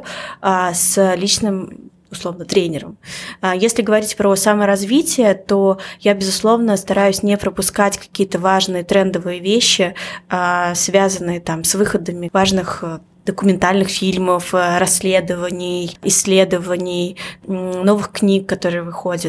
с личным, условно, тренером. Если говорить про саморазвитие, то я, безусловно, стараюсь не пропускать какие-то важные трендовые вещи, связанные с выходами важных документальных фильмов, расследований, исследований, новых книг, которые выходят,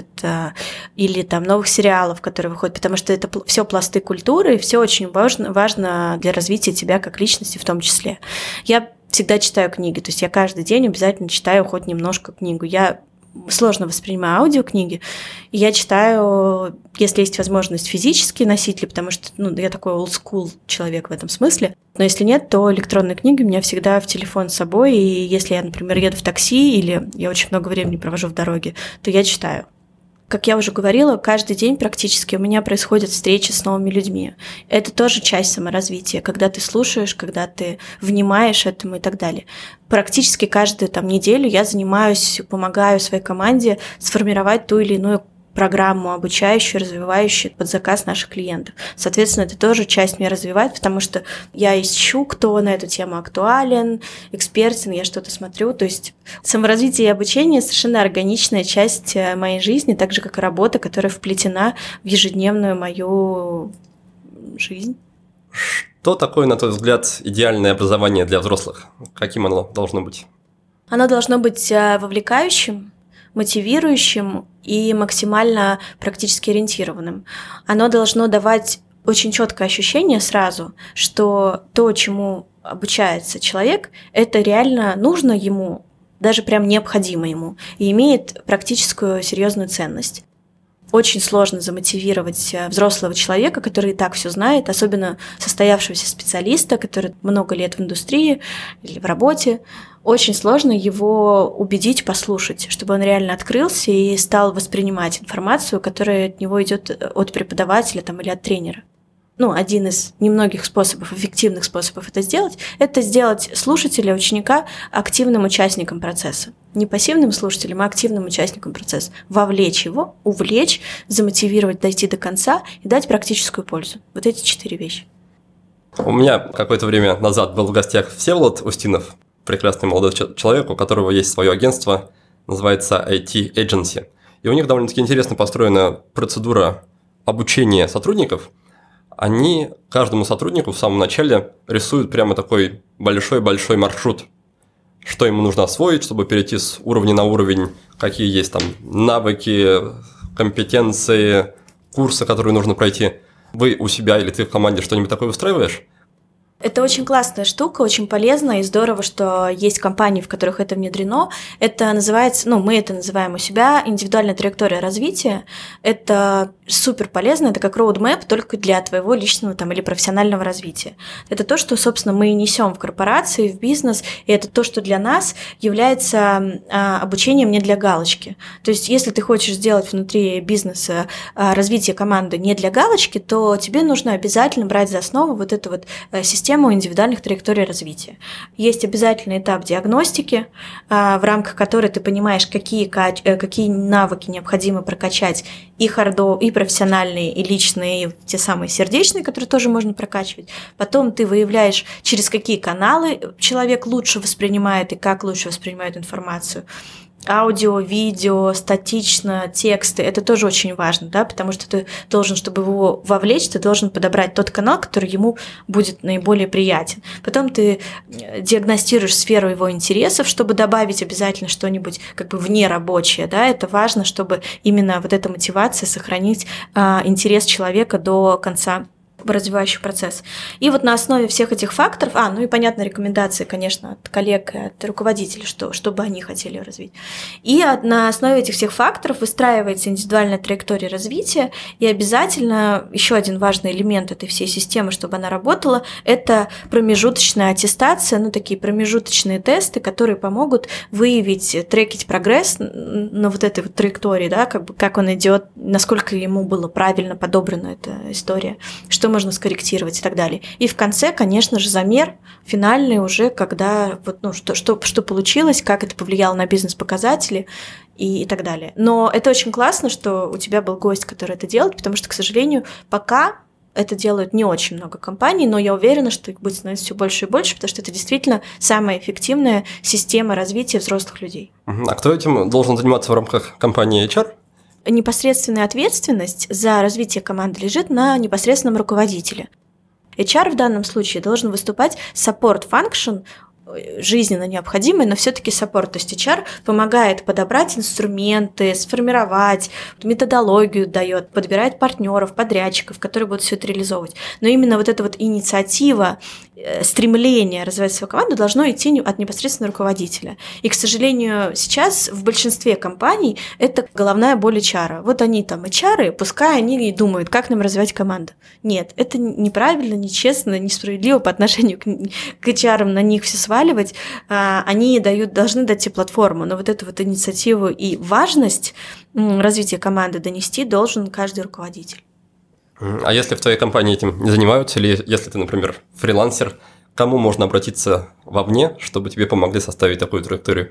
или новых сериалов, которые выходят, потому что это все пласты культуры, и все очень важно для развития тебя как личности в том числе. Я всегда читаю книги, то есть я каждый день обязательно читаю хоть немножко книгу. Я сложно воспринимаю аудиокниги, и я читаю, если есть возможность, физические носители, потому что я такой олдскул человек в этом смысле, но если нет, то электронные книги у меня всегда в телефон с собой, и если я, например, еду в такси или я очень много времени провожу в дороге, то я читаю. Как я уже говорила, каждый день практически у меня происходят встречи с новыми людьми. Это тоже часть саморазвития, когда ты слушаешь, когда ты внимаешь этому и так далее. Практически каждую неделю я помогаю своей команде сформировать ту или иную программу обучающую, развивающую под заказ наших клиентов. Соответственно, это тоже часть меня развивает, потому что я ищу, кто на эту тему актуален, экспертен, я что-то смотрю. То есть саморазвитие и обучение совершенно органичная часть моей жизни, так же, как и работа, которая вплетена в ежедневную мою жизнь. Что такое, на твой взгляд, идеальное образование для взрослых? Каким оно должно быть? Оно должно быть вовлекающим, мотивирующим и максимально практически ориентированным. Оно должно давать очень четкое ощущение сразу, что то, чему обучается человек, это реально нужно ему, даже прям необходимо ему, и имеет практическую серьезную ценность. Очень сложно замотивировать взрослого человека, который и так все знает, особенно состоявшегося специалиста, который много лет в индустрии или в работе. Очень сложно его убедить, послушать, чтобы он реально открылся и стал воспринимать информацию, которая от него идет от преподавателя или от тренера. Один из немногих способов, эффективных способов это сделать слушателя, ученика активным участником процесса. Не пассивным слушателем, а активным участником процесса. Вовлечь его, увлечь, замотивировать, дойти до конца и дать практическую пользу. Вот эти 4 вещи. У меня какое-то время назад был в гостях Всеволод Устинов, прекрасный молодой человек, у которого есть свое агентство, называется IT Agency. И у них довольно-таки интересно построена процедура обучения сотрудников. Они каждому сотруднику в самом начале рисуют прямо такой большой-большой маршрут, что ему нужно освоить, чтобы перейти с уровня на уровень, какие есть навыки, компетенции, курсы, которые нужно пройти. Вы у себя или ты в команде что-нибудь такое устраиваешь? Это очень классная штука, очень полезная, и здорово, что есть компании, в которых это внедрено. Это называется, мы это называем у себя индивидуальная траектория развития. Это супер полезно, это как роудмэп, только для твоего личного или профессионального развития. Это то, что, собственно, мы несем в корпорации, в бизнес, и это то, что для нас является обучением не для галочки. То есть, если ты хочешь сделать внутри бизнеса развитие команды не для галочки, то тебе нужно обязательно брать за основу вот эту систему систему индивидуальных траекторий развития. Есть обязательный этап диагностики, в рамках которой ты понимаешь, какие навыки необходимо прокачать, и хардо, и профессиональные, и личные, и те самые сердечные, которые тоже можно прокачивать. Потом ты выявляешь, через какие каналы человек лучше воспринимает и как лучше воспринимает информацию. Аудио, видео, статично, тексты, это тоже очень важно, да, потому что ты должен, чтобы его вовлечь, ты должен подобрать тот канал, который ему будет наиболее приятен. Потом ты диагностируешь сферу его интересов, чтобы добавить обязательно что-нибудь как бы внерабочее, да, это важно, чтобы именно вот эта мотивация сохранить интерес человека до конца развивающий процесс. И вот на основе всех этих факторов, ну и, понятно, рекомендации, конечно, от коллег и от руководителей, что бы они хотели развить. И на основе этих всех факторов выстраивается индивидуальная траектория развития, и обязательно еще один важный элемент этой всей системы, чтобы она работала, это промежуточная аттестация, такие промежуточные тесты, которые помогут выявить, трекить прогресс на вот этой вот траектории, да, как он идет, насколько ему было правильно подобрана эта история, что можно скорректировать и так далее. И в конце, конечно же, замер финальный уже, когда что получилось, как это повлияло на бизнес-показатели и так далее. Но это очень классно, что у тебя был гость, который это делает, потому что, к сожалению, пока это делают не очень много компаний, но я уверена, что их будет становиться все больше и больше, потому что это действительно самая эффективная система развития взрослых людей. А кто этим должен заниматься в рамках компании HR? Непосредственная ответственность за развитие команды лежит на непосредственном руководителе. HR в данном случае должен выступать support function, жизненно необходимый, но все-таки саппорт. То есть HR помогает подобрать инструменты, сформировать, методологию дает, подбирает партнеров, подрядчиков, которые будут все это реализовывать. Но именно вот эта вот инициатива, стремление развивать свою команду должно идти от непосредственно руководителя. И, к сожалению, сейчас в большинстве компаний это головная боль HR. Вот они там HR, пускай они и думают, как нам развивать команду. Нет, это неправильно, нечестно, несправедливо по отношению к HR, на них все сваливать. Они должны дать тебе платформу, но вот эту вот инициативу и важность развития команды донести должен каждый руководитель. А если в твоей компании этим не занимаются, или если ты, например, фрилансер, к кому можно обратиться вовне, чтобы тебе помогли составить такую траекторию?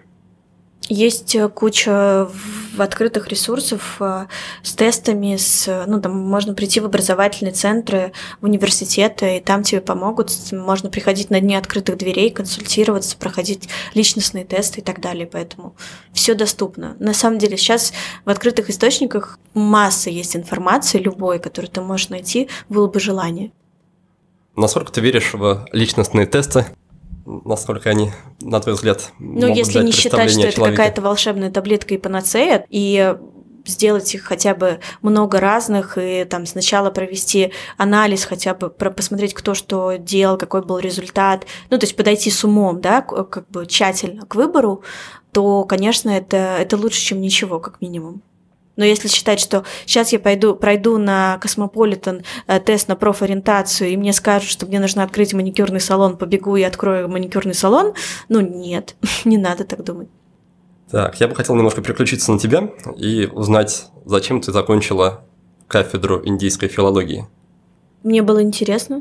Есть куча открытых ресурсов с тестами, там можно прийти в образовательные центры, в университеты, и там тебе помогут. Можно приходить на дни открытых дверей, консультироваться, проходить личностные тесты и так далее. Поэтому все доступно. На самом деле сейчас в открытых источниках масса есть информации, любой, которую ты можешь найти, было бы желание. Насколько ты веришь в личностные тесты? Насколько они, на твой взгляд, могут если дать не считать, что человека? Это какая-то волшебная таблетка и панацея, и сделать их хотя бы много разных, и там сначала провести анализ, хотя бы посмотреть, кто что делал, какой был результат, то есть подойти с умом, да, как бы тщательно к выбору, то, конечно, это лучше, чем ничего, как минимум. Но если считать, что сейчас я пройду на Космополитен тест на профориентацию, и мне скажут, что мне нужно открыть маникюрный салон, побегу и открою маникюрный салон, нет, не надо так думать. Так, я бы хотел немножко переключиться на тебя и узнать, зачем ты закончила кафедру индийской филологии. Мне было интересно,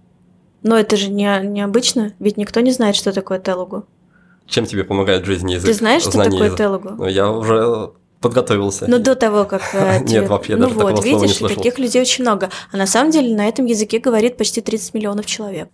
но это же необычно, ведь никто не знает, что такое телугу. Чем тебе помогает в жизни язык? Ты знаешь, что такое телугу? Я уже подготовился. До того, как Нет, вообще даже такого слова не слышал. Таких людей очень много. А на самом деле на этом языке говорит почти 30 миллионов человек.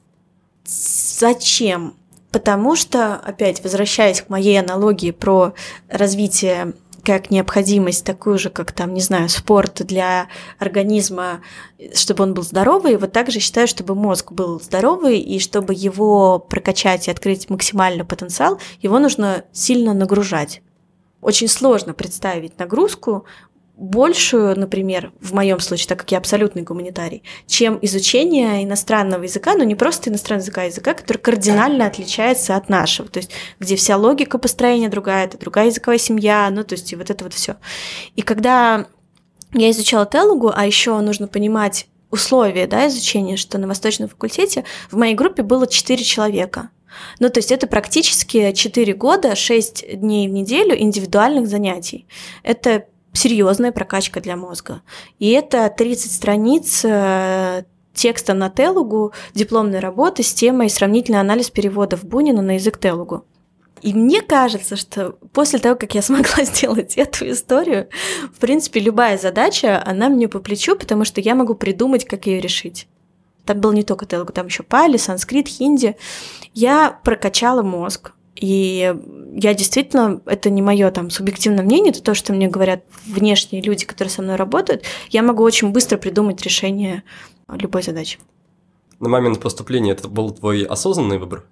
Зачем? Потому что, опять, возвращаясь к моей аналогии про развитие как необходимость, такую же, как спорт для организма, чтобы он был здоровый, вот так же считаю, чтобы мозг был здоровый, и чтобы его прокачать и открыть максимально потенциал, его нужно сильно нагружать. Очень сложно представить нагрузку большую, например, в моем случае, так как я абсолютный гуманитарий, чем изучение иностранного языка, но не просто иностранного языка, а языка, который кардинально отличается от нашего, то есть где вся логика построения другая, это другая языковая семья, то есть и вот это вот все. И когда я изучала телугу, а еще нужно понимать условия, изучения, что на Восточном факультете в моей группе было 4 человека. То есть это практически 4 года, 6 дней в неделю индивидуальных занятий. Это серьезная прокачка для мозга. И это 30 страниц текста на Телугу дипломной работы с темой «Сравнительный анализ переводов Бунина на язык Телугу». И мне кажется, что после того, как я смогла сделать эту историю, в принципе, любая задача, она мне по плечу, потому что я могу придумать, как ее решить. Там был не только Телугу, там еще пали, санскрит, хинди. Я прокачала мозг, и я действительно, это не мое там субъективное мнение, это то, что мне говорят внешние люди, которые со мной работают, я могу очень быстро придумать решение любой задачи. На момент поступления это был твой осознанный выбор?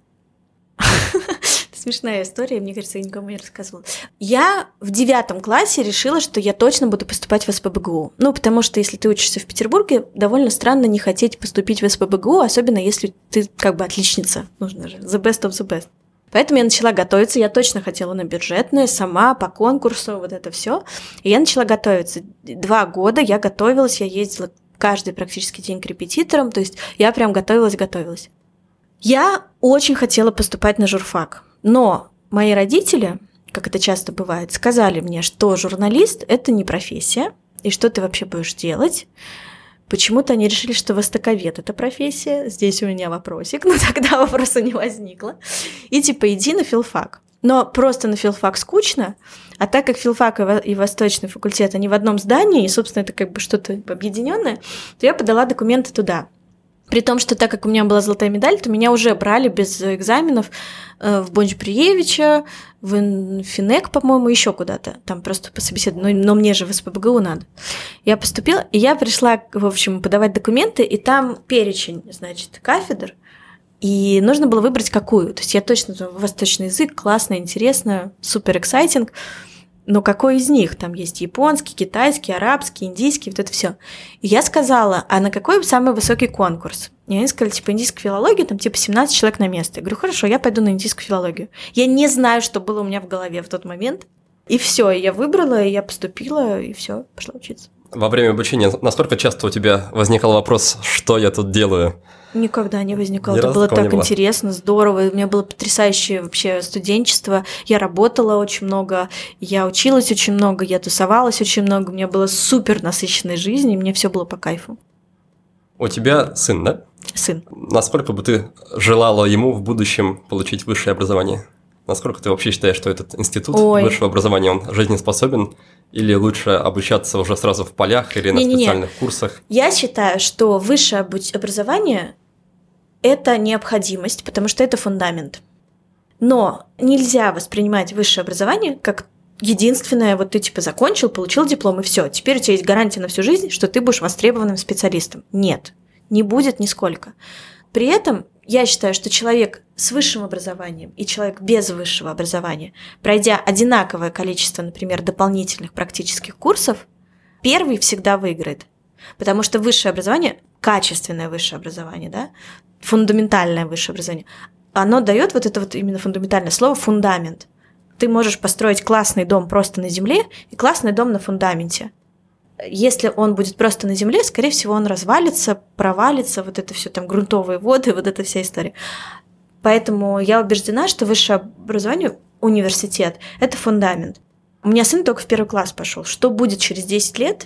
Смешная история, мне кажется, я никому не рассказывала. Я в 9 классе решила, что я точно буду поступать в СПбГУ. Ну, потому что если ты учишься в Петербурге, довольно странно не хотеть поступить в СПбГУ, особенно если ты как бы отличница. Нужно же the best of the best. Поэтому я начала готовиться. Я точно хотела на бюджетное, сама, по конкурсу, вот это все. И я начала готовиться. 2 года я готовилась, я ездила каждый практически день к репетиторам, то есть я прям готовилась. Я очень хотела поступать на журфак. Но мои родители, как это часто бывает, сказали мне, что журналист – это не профессия, и что ты вообще будешь делать. Почему-то они решили, что востоковед – это профессия. Здесь у меня вопросик, но тогда вопроса не возникло. И типа иди на филфак. Но просто на филфак скучно, а так как филфак и восточный факультет, они в одном здании, и, собственно, это как бы что-то объединенное, то я подала документы туда. При том, что так как у меня была золотая медаль, то меня уже брали без экзаменов в Бонч-Бруевича, в Финек, по-моему, еще куда-то. Там просто по собеседованию. Но мне же в СПбГУ надо. Я поступила, и я пришла, в общем, подавать документы, и там перечень, значит, кафедр, и нужно было выбрать какую. То есть я точно восточный язык, классно, интересно, супер эксайтинг. Но какой из них? Там есть японский, китайский, арабский, индийский, вот это все. И я сказала, а на какой самый высокий конкурс? И они сказали, типа, индийская филология, там типа 17 человек на место. Я говорю, хорошо, я пойду на индийскую филологию. Я не знаю, что было у меня в голове в тот момент. И все, я выбрала, и я поступила, и все, пошла учиться. Во время обучения насколько часто у тебя возникал вопрос, что я тут делаю? Никогда не возникало. Это было так интересно, здорово. У меня было потрясающее вообще студенчество. Я работала очень много, я училась очень много, я тусовалась очень много. У меня была супер насыщенная жизнь, и мне все было по кайфу. У тебя сын, да? Сын. Насколько бы ты желала ему в будущем получить высшее образование? Насколько ты вообще считаешь, что этот институт высшего образования, он жизнеспособен? Или лучше обучаться уже сразу в полях или на специальных курсах? Я считаю, что высшее образование – это необходимость, потому что это фундамент. Но нельзя воспринимать высшее образование как единственное, вот ты типа закончил, получил диплом, и все. Теперь у тебя есть гарантия на всю жизнь, что ты будешь востребованным специалистом. Нет, не будет нисколько. При этом я считаю, что человек с высшим образованием и человек без высшего образования, пройдя одинаковое количество, например, дополнительных практических курсов, первый всегда выиграет. Потому что высшее образование, качественное высшее образование, да, фундаментальное высшее образование, оно дает вот это вот именно фундаментальное слово «фундамент». Ты можешь построить классный дом просто на земле и классный дом на фундаменте. Если он будет просто на земле, скорее всего, он развалится, провалится, вот это все там грунтовые воды, вот эта вся история. Поэтому я убеждена, что высшее образование, университет – это фундамент. У меня сын только в 1 класс пошел. Что будет через 10 лет,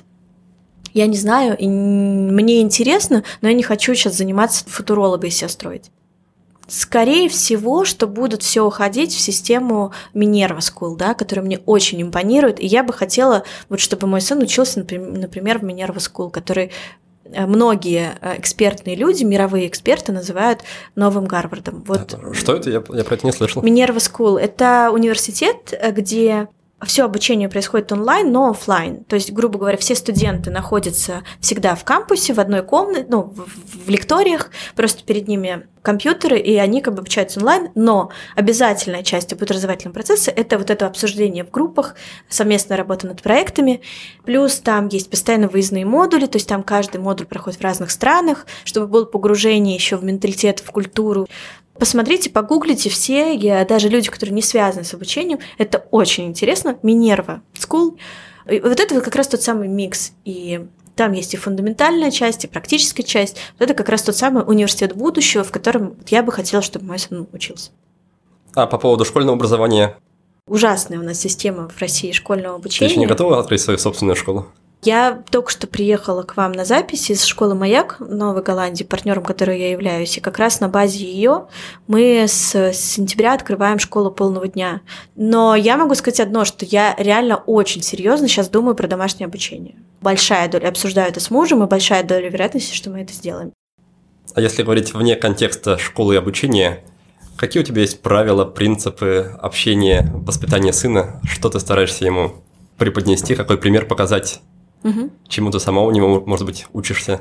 я не знаю, и мне интересно, но я не хочу сейчас заниматься футурологой из себя строить. Скорее всего, что будут все уходить в систему Minerva School, да, которая мне очень импонирует, и я бы хотела, вот, чтобы мой сын учился, например, в Minerva School, который многие экспертные люди, мировые эксперты, называют новым Гарвардом. Вот. Что это? Я про это не слышал. Minerva School – это университет, где все обучение происходит онлайн, но офлайн. То есть, грубо говоря, все студенты находятся всегда в кампусе, в одной комнате, ну, в лекториях, просто перед ними компьютеры, и они как бы обучаются онлайн, но обязательная часть образовательного процесса – это вот это обсуждение в группах, совместная работа над проектами, плюс там есть постоянно выездные модули, то есть там каждый модуль проходит в разных странах, чтобы было погружение еще в менталитет, в культуру. Посмотрите, погуглите все, даже люди, которые не связаны с обучением, это очень интересно. Minerva School. И вот это вот как раз тот самый микс. И там есть и фундаментальная часть, и практическая часть. Вот это как раз тот самый университет будущего, в котором я бы хотела, чтобы мой сын учился. А по поводу школьного образования? Ужасная у нас система в России школьного обучения. Ты еще не готова открыть свою собственную школу? Я только что приехала к вам на запись из школы «Маяк» в Новой Голландии, партнером которой я являюсь, и как раз на базе ее мы с сентября открываем школу полного дня. Но я могу сказать одно, что я реально очень серьезно сейчас думаю про домашнее обучение. Большая доля, обсуждаю это с мужем, и большая доля вероятности, что мы это сделаем. А если говорить вне контекста школы и обучения, какие у тебя есть правила, принципы общения, воспитания сына? Что ты стараешься ему преподнести, какой пример показать? Чему ты сама у него, может быть, учишься?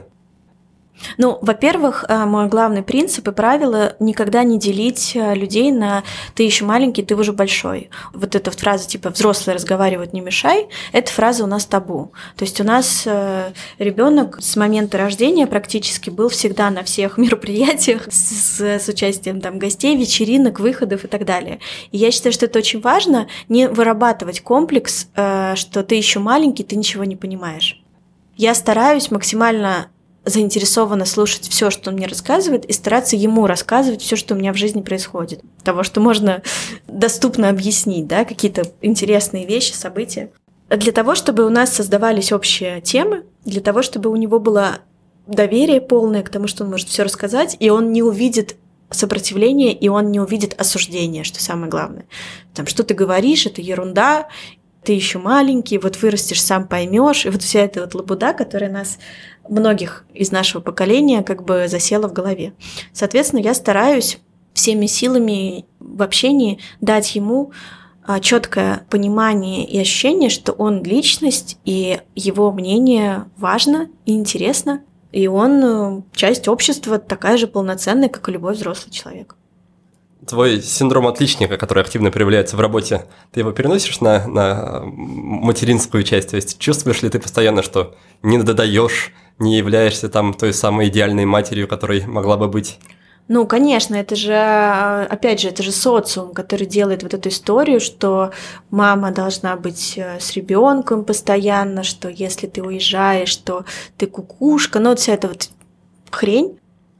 Ну, во-первых, мой главный принцип и правило – никогда не делить людей на «ты еще маленький, ты уже большой». Вот эта вот фраза типа «взрослые разговаривают, не мешай» – эта фраза у нас табу. То есть у нас ребенок с момента рождения практически был всегда на всех мероприятиях с участием там гостей, вечеринок, выходов и так далее. И я считаю, что это очень важно – не вырабатывать комплекс, что ты еще маленький, ты ничего не понимаешь. Я стараюсь максимально заинтересованно слушать все, что он мне рассказывает, и стараться ему рассказывать все, что у меня в жизни происходит. Того, что можно доступно объяснить, да, какие-то интересные вещи, события. Для того, чтобы у нас создавались общие темы, для того, чтобы у него было доверие полное к тому, что он может все рассказать, и он не увидит сопротивления, и он не увидит осуждения, что самое главное. Там, что ты говоришь, это ерунда, ты еще маленький, вот вырастешь, сам поймешь, и вот вся эта вот лабуда, которая нас многих из нашего поколения как бы засела в голове. Соответственно, я стараюсь всеми силами в общении дать ему четкое понимание и ощущение, что он личность, и его мнение важно и интересно, и он часть общества такая же полноценная, как и любой взрослый человек. Твой синдром отличника, который активно проявляется в работе, ты его переносишь на материнскую часть? То есть чувствуешь ли ты постоянно, что не додаешь, не являешься там той самой идеальной матерью, которой могла бы быть? Ну, конечно, это же, опять же, это же социум, который делает вот эту историю, что мама должна быть с ребенком постоянно, что если ты уезжаешь, то ты кукушка, ну, вот вся эта вот хрень.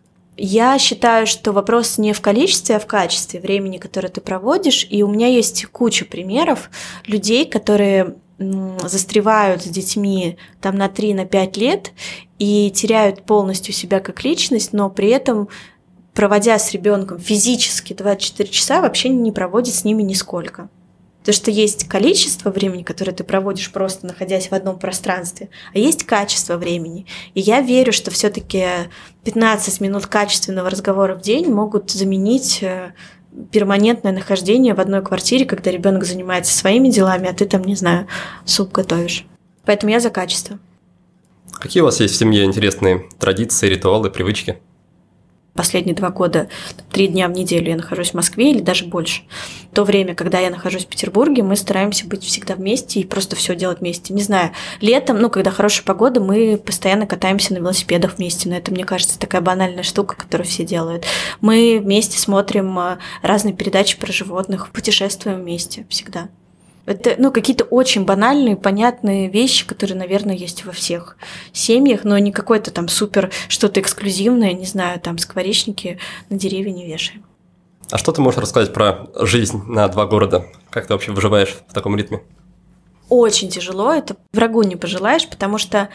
Я считаю, что вопрос не в количестве, а в качестве времени, которое ты проводишь. И у меня есть куча примеров людей, которые застревают с детьми там на 3-5 лет и теряют полностью себя как личность, но при этом, проводя с ребенком физически 24 часа, вообще не проводят с ними нисколько. Потому что есть количество времени, которое ты проводишь просто находясь в одном пространстве, а есть качество времени. И я верю, что все-таки 15 минут качественного разговора в день могут заменить перманентное нахождение в одной квартире, когда ребенок занимается своими делами, а ты там, не знаю, суп готовишь. Поэтому я за качество. Какие у вас есть в семье интересные традиции, ритуалы, привычки? Последние 2 года, 3 дня в неделю я нахожусь в Москве или даже больше. В то время, когда я нахожусь в Петербурге, мы стараемся быть всегда вместе и просто все делать вместе. Не знаю, летом, когда хорошая погода, мы постоянно катаемся на велосипедах вместе. Но это, мне кажется, такая банальная штука, которую все делают. Мы вместе смотрим разные передачи про животных, путешествуем вместе всегда. Это, какие-то очень банальные, понятные вещи, которые, наверное, есть во всех семьях, но не какое-то там супер что-то эксклюзивное, не знаю, там скворечники на деревья не вешаем. А что ты можешь рассказать про жизнь на 2 города? Как ты вообще выживаешь в таком ритме? Очень тяжело, это врагу не пожелаешь, потому что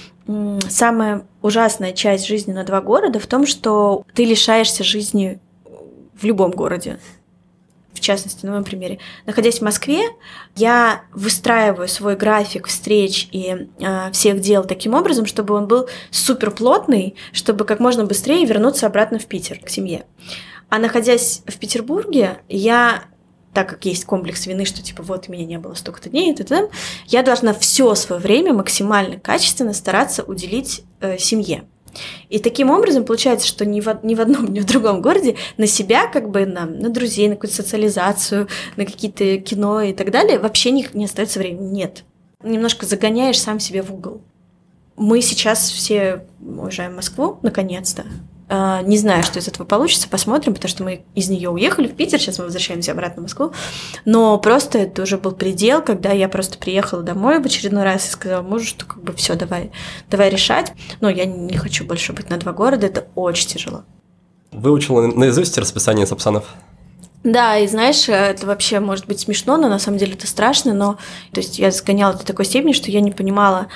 самая ужасная часть жизни на 2 города в том, что ты лишаешься жизни в любом городе. В частности, на моем примере. Находясь в Москве, я выстраиваю свой график встреч и всех дел таким образом, чтобы он был суперплотный, чтобы как можно быстрее вернуться обратно в Питер, к семье. А находясь в Петербурге, я, так как есть комплекс вины, что типа вот меня не было столько-то дней, я должна все свое время максимально качественно стараться уделить семье. И таким образом получается, что ни в одном, ни в другом городе на себя, на друзей, на какую-то социализацию, на какие-то кино и так далее вообще не остается времени. Нет. Немножко загоняешь сам себя в угол. Мы сейчас все уезжаем в Москву, наконец-то. Не знаю, что из этого получится, посмотрим, потому что мы из нее уехали в Питер, сейчас мы возвращаемся обратно в Москву. Но просто это уже был предел, когда я просто приехала домой в очередной раз и сказала мужу, что все, давай решать. Но я не хочу больше быть на 2 города, это очень тяжело. Выучила наизусть расписание Сапсанов? Да, и знаешь, это вообще может быть смешно, но на самом деле это страшно, но то есть я загоняла до такой степени, что я не понимала,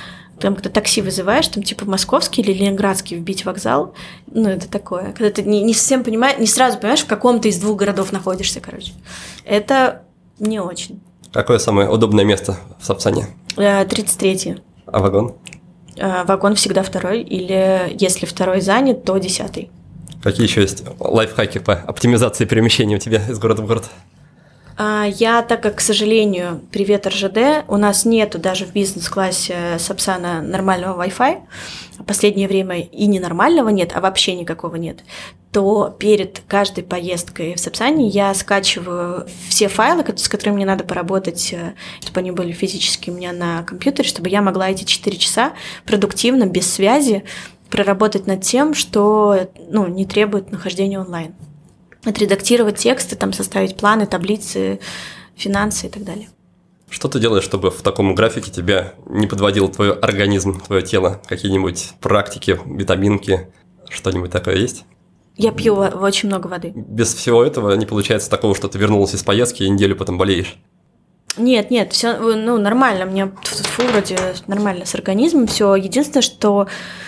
там, когда такси вызываешь, там, типа, московский или ленинградский вбить вокзал, ну, это такое. Когда ты не совсем понимаешь, не сразу понимаешь, в каком ты из двух городов находишься, короче. Это не очень. Какое самое удобное место в Сапсане? 33-й. А вагон? Вагон всегда второй, или если второй занят, то 10-й. Какие еще есть лайфхаки по оптимизации перемещения у тебя из города в город? Я, так как, к сожалению, привет РЖД, у нас нету даже в бизнес-классе Сапсана нормального Wi-Fi, в последнее время и ненормального нет, а вообще никакого нет, то перед каждой поездкой в Сапсане я скачиваю все файлы, с которыми мне надо поработать, чтобы они были физически у меня на компьютере, чтобы я могла эти 4 часа продуктивно, без связи, проработать над тем, что не требует нахождения онлайн. Отредактировать тексты, там, составить планы, таблицы, финансы и так далее. Что ты делаешь, чтобы в таком графике тебя не подводил твой организм, твое тело? Какие-нибудь практики, витаминки, что-нибудь такое есть? Я пью очень много воды. Без всего этого не получается такого, что ты вернулась из поездки и неделю потом болеешь? Нет, все нормально. Мне вроде нормально с организмом. Все. Единственное, что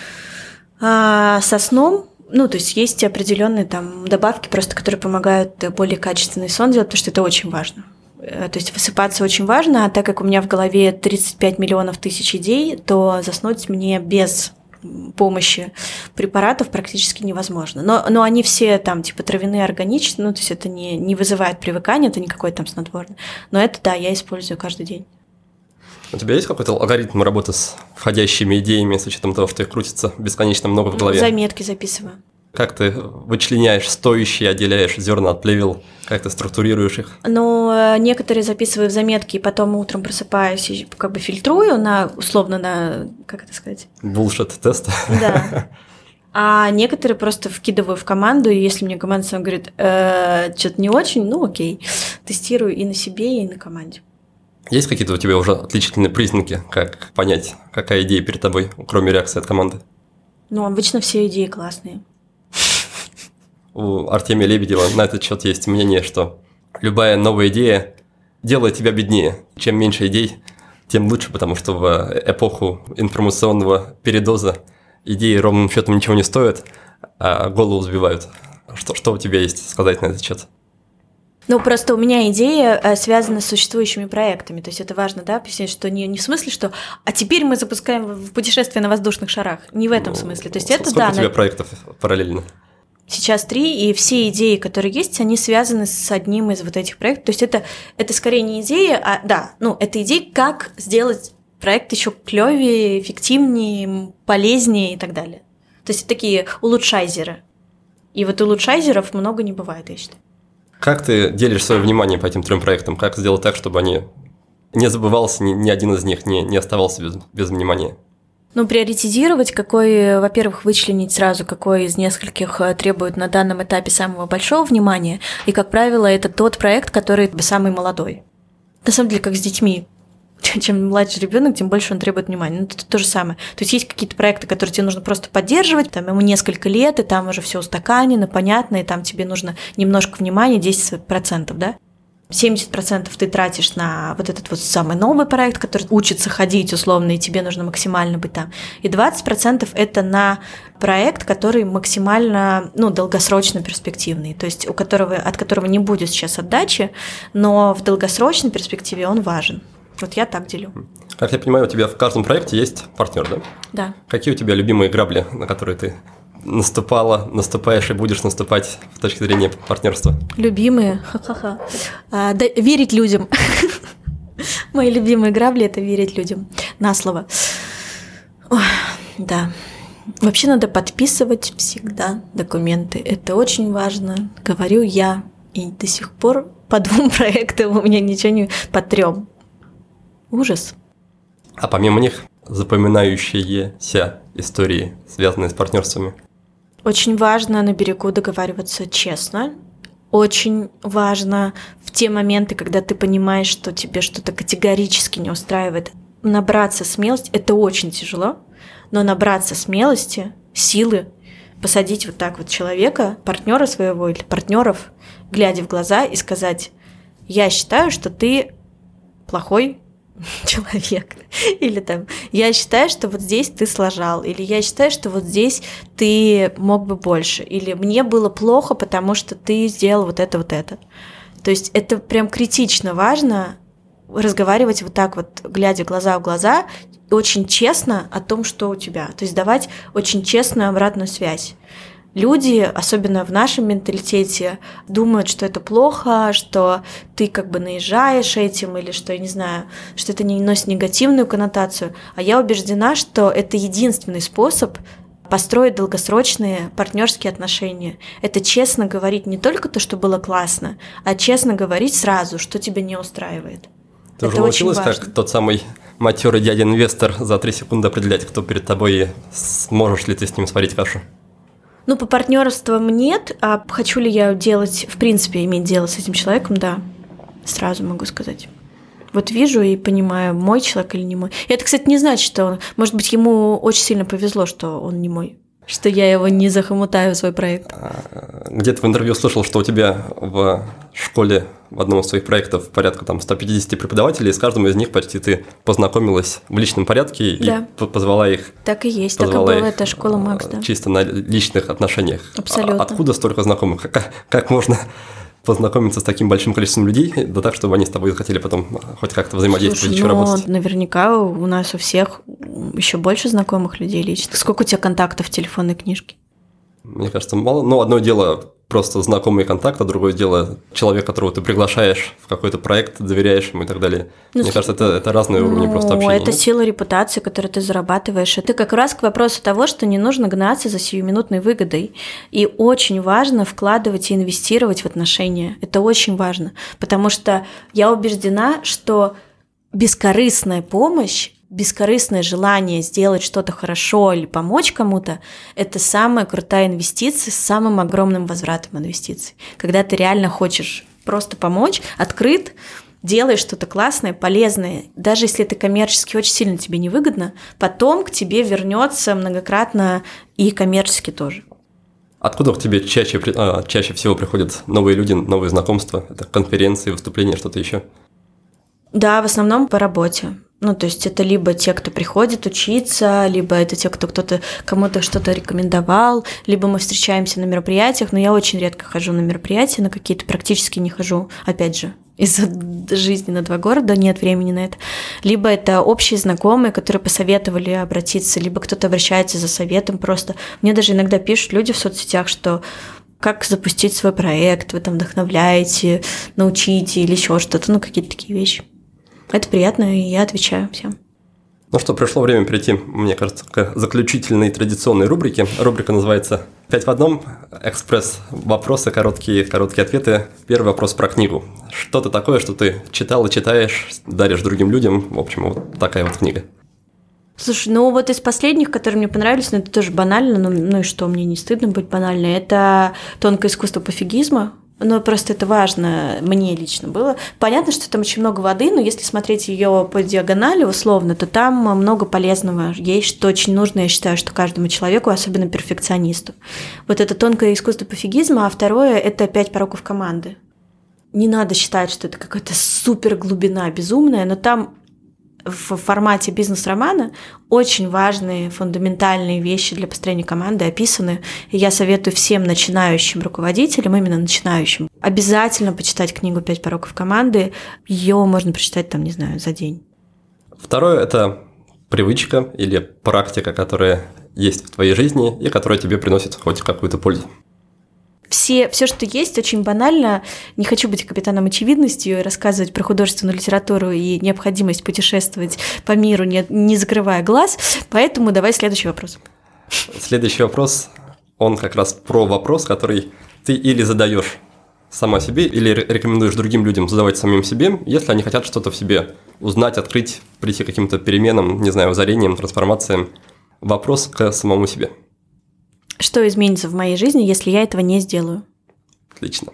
со сном, то есть есть определенные там добавки, просто которые помогают более качественный сон делать, потому что это очень важно. То есть высыпаться очень важно, а так как у меня в голове 35 миллионов тысяч идей, то заснуть мне без помощи препаратов практически невозможно. Но они все там типа травяные, органичные, то есть это не вызывает привыкания, это не какой-то там снотворный. Но это, да, я использую каждый день. У тебя есть какой-то алгоритм работы с входящими идеями, с учетом того, что их крутится бесконечно много в голове? Заметки записываю. Как ты вычленяешь стоящие, отделяешь зерна от плевел? Как ты структурируешь их? Некоторые записываю в заметки, и потом утром просыпаюсь и как бы фильтрую условно, как это сказать? Булшит-тест? Да. А некоторые просто вкидываю в команду, и если мне команда сама говорит, что-то не очень, окей, тестирую и на себе, и на команде. Есть какие-то у тебя уже отличительные признаки, как понять, какая идея перед тобой, кроме реакции от команды? Обычно все идеи классные. У Артемия Лебедева на этот счет есть мнение, что любая новая идея делает тебя беднее. Чем меньше идей, тем лучше, потому что в эпоху информационного передоза идеи ровным счетом ничего не стоят, а голову сбивают. Что у тебя есть сказать на этот счет? Просто у меня идея связана с существующими проектами. То есть это важно, да, объяснять, что не в смысле, что «а теперь мы запускаем путешествие на воздушных шарах». Не в этом смысле. То есть это, сколько у тебя проектов параллельно? Сейчас 3, и все идеи, которые есть, они связаны с одним из вот этих проектов. То есть это скорее не идея, это идея, как сделать проект еще клевее, эффективнее, полезнее и так далее. То есть это такие улучшайзеры. И вот улучшайзеров много не бывает, я считаю. Как ты делишь свое внимание по этим 3 проектам? Как сделать так, чтобы они не забывался, ни один из них не оставался без внимания? Приоритизировать, во-первых, вычленить сразу, какой из нескольких требует на данном этапе самого большого внимания. И, как правило, это тот проект, который самый молодой. На самом деле, как с детьми. Чем младше ребенок, тем больше он требует внимания. Это то же самое. То есть есть какие-то проекты, которые тебе нужно просто поддерживать, там ему несколько лет, и там уже все устаканено, понятно, и там тебе нужно немножко внимания, 10%, да? 70% ты тратишь на вот этот вот самый новый проект, который учится ходить условно, и тебе нужно максимально быть там. И 20% это на проект, который максимально, долгосрочно перспективный, то есть от которого не будет сейчас отдачи, но в долгосрочной перспективе он важен. Вот я так делю. Как я понимаю, у тебя в каждом проекте есть партнер, да? Да. Какие у тебя любимые грабли, на которые ты наступаешь и будешь наступать с точки зрения партнерства? Любимые? Ха-ха-ха. Верить людям. Мои любимые грабли – это верить людям. На слово. Да. Вообще надо подписывать всегда документы. Это очень важно. Говорю я. И до сих пор по 2 проектам у меня ничего не... По 3. Ужас. А помимо них запоминающиеся истории, связанные с партнерствами? Очень важно на берегу договариваться честно. Очень важно в те моменты, когда ты понимаешь, что тебе что-то категорически не устраивает. Набраться смелости – это очень тяжело, но набраться смелости, силы, посадить вот так вот человека, партнера своего или партнеров, глядя в глаза и сказать: «Я считаю, что ты плохой человек. Или там, я считаю, что вот здесь ты сложал, или я считаю, что вот здесь ты мог бы больше, или мне было плохо, потому что ты сделал вот это, вот это. То есть это прям критично важно разговаривать вот так вот, глядя глаза в глаза, очень честно о том, что у тебя. То есть давать очень честную обратную связь. Люди, особенно в нашем менталитете, думают, что это плохо, что ты как бы наезжаешь этим, или что, я не знаю, что это не носит негативную коннотацию. А я убеждена, что это единственный способ построить долгосрочные партнерские отношения. Это честно говорить не только то, что было классно, а честно говорить сразу, что тебя не устраивает. Ты уже научилась, как тот самый матерый дядя-инвестор, за 3 секунды определять, кто перед тобой, и сможешь ли ты с ним сварить кашу? Ну, по партнерствам нет, а хочу ли я делать, в принципе, иметь дело с этим человеком, да, сразу могу сказать. Вот вижу и понимаю, мой человек или не мой. И это, кстати, не значит, что он, может быть, ему очень сильно повезло, что он не мой, что я его не захомутаю в свой проект. Где-то в интервью слышал, что у тебя в школе в одном из своих проектов порядка там 150 преподавателей, и с каждым из них почти ты познакомилась в личном порядке, да, и позвала их. Так и есть, так и было, это школа Макс, да. Чисто на личных отношениях. Абсолютно. Откуда столько знакомых? Как можно познакомиться с таким большим количеством людей, да так, чтобы они с тобой захотели потом хоть как-то взаимодействовать, еще работать? Наверняка у нас у всех еще больше знакомых людей лично. Сколько у тебя контактов в телефонной книжке? Мне кажется, мало. Но одно дело просто знакомый контакт, а другое дело человек, которого ты приглашаешь в какой-то проект, доверяешь ему и так далее. Мне кажется, это разные уровни просто общения. Это сила репутации, которую ты зарабатываешь. Это как раз к вопросу того, что не нужно гнаться за сиюминутной выгодой. И очень важно вкладывать и инвестировать в отношения. Это очень важно. Потому что я убеждена, что бескорыстная помощь, бескорыстное желание сделать что-то хорошо или помочь кому-то – это самая крутая инвестиция с самым огромным возвратом инвестиций. Когда ты реально хочешь просто помочь, открыт, делаешь что-то классное, полезное, даже если это коммерчески очень сильно тебе невыгодно, потом к тебе вернется многократно и коммерчески тоже. Откуда к тебе чаще всего приходят новые люди, новые знакомства? Это конференции, выступления, что-то еще? Да, в основном по работе. Ну, то есть это либо те, кто приходит учиться, либо это те, кто кому-то что-то рекомендовал, либо мы встречаемся на мероприятиях, но я очень редко хожу на мероприятия, на какие-то практически не хожу, опять же, из-за жизни на 2 города нет времени на это. Либо это общие знакомые, которые посоветовали обратиться, либо кто-то обращается за советом просто. Мне даже иногда пишут люди в соцсетях, что как запустить свой проект, вы там вдохновляете, научите или еще что-то, ну, какие-то такие вещи. Это приятно, и я отвечаю всем. Ну что, пришло время перейти, мне кажется, к заключительной традиционной рубрике. Рубрика называется «5 в одном». Экспресс-вопросы, короткие ответы. Первый вопрос про книгу. Что-то такое, что ты читал и читаешь, даришь другим людям. В общем, вот такая вот книга. Слушай, ну вот из последних, которые мне понравились, ну это тоже банально, ну и что, мне не стыдно быть банальной, это «Тонкое искусство пофигизма». Но просто это важно, мне лично было. Понятно, что там очень много воды, но если смотреть ее по диагонали условно, то там много полезного есть, что очень нужно, я считаю, что каждому человеку, особенно перфекционисту. Вот это «Тонкое искусство пофигизма», а второе – это «5 пороков команды». Не надо считать, что это какая-то супер глубина безумная, но там в формате бизнес-романа очень важные фундаментальные вещи для построения команды описаны. И я советую всем начинающим руководителям, именно начинающим, обязательно почитать книгу «5 пороков команды». Ее можно прочитать, там, не знаю, за день. Второе – это привычка или практика, которая есть в твоей жизни и которая тебе приносит хоть какую-то пользу. Все, что есть, очень банально. Не хочу быть капитаном очевидностью и рассказывать про художественную литературу и необходимость путешествовать по миру, не закрывая глаз. Поэтому давай следующий вопрос. Следующий вопрос, он как раз про вопрос, который ты или задаешь сама себе, или рекомендуешь другим людям задавать самим себе, если они хотят что-то в себе узнать, открыть, прийти к каким-то переменам, не знаю, озарениям, трансформациям. Вопрос к самому себе. Что изменится в моей жизни, если я этого не сделаю? Отлично.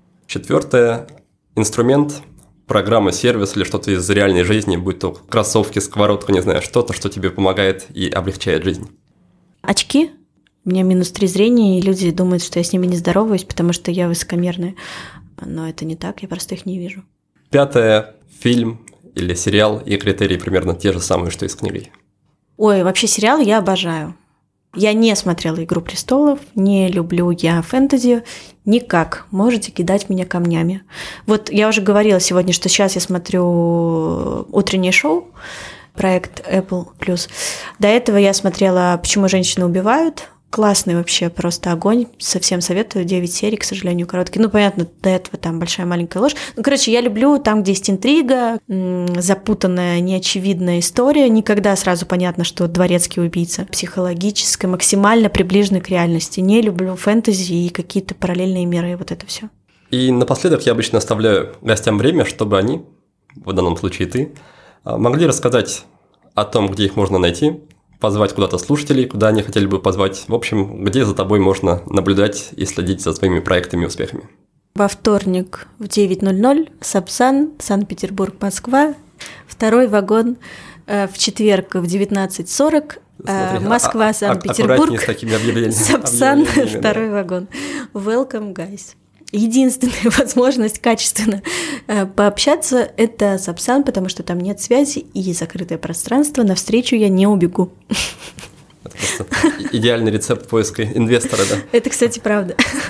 4. Инструмент, программа, сервис или что-то из реальной жизни, будь то кроссовки, сковородка, не знаю, что-то, что тебе помогает и облегчает жизнь. Очки. У меня -3 зрения, и люди думают, что я с ними не здороваюсь, потому что я высокомерная. Но это не так, я просто их не вижу. 5. Фильм Или сериал и критерии примерно те же самые, что и с книгой? Ой, вообще сериал я обожаю. Я не смотрела «Игру престолов», не люблю я фэнтези, никак. Можете кидать меня камнями. Вот я уже говорила сегодня, что сейчас я смотрю утреннее шоу, проект Apple+. До этого я смотрела «Почему женщины убивают». Классный вообще, просто огонь. Совсем советую. 9 серий, к сожалению, короткие. Ну, понятно, до этого там большая маленькая ложь. Ну, короче, я люблю там, где есть интрига, запутанная, неочевидная история. Никогда сразу понятно, что дворецкий убийца. Психологическая, максимально приближенная к реальности. Не люблю фэнтези и какие-то параллельные миры, и вот это все. И напоследок я обычно оставляю гостям время, чтобы они, в данном случае ты, могли рассказать о том, где их можно найти, позвать куда-то слушателей, куда они хотели бы позвать. В общем, где за тобой можно наблюдать и следить за своими проектами и успехами. Во вторник в 9:00 Сапсан, Санкт-Петербург, Москва. Второй вагон в четверг в 19:40 Москва, Санкт-Петербург. С такими объявлениями. Сапсан, второй вагон. Welcome, guys. Единственная возможность качественно пообщаться – это Сапсан, потому что там нет связи и закрытое пространство. Навстречу я не убегу. Это просто идеальный рецепт поиска инвестора, да? Это, кстати, правда.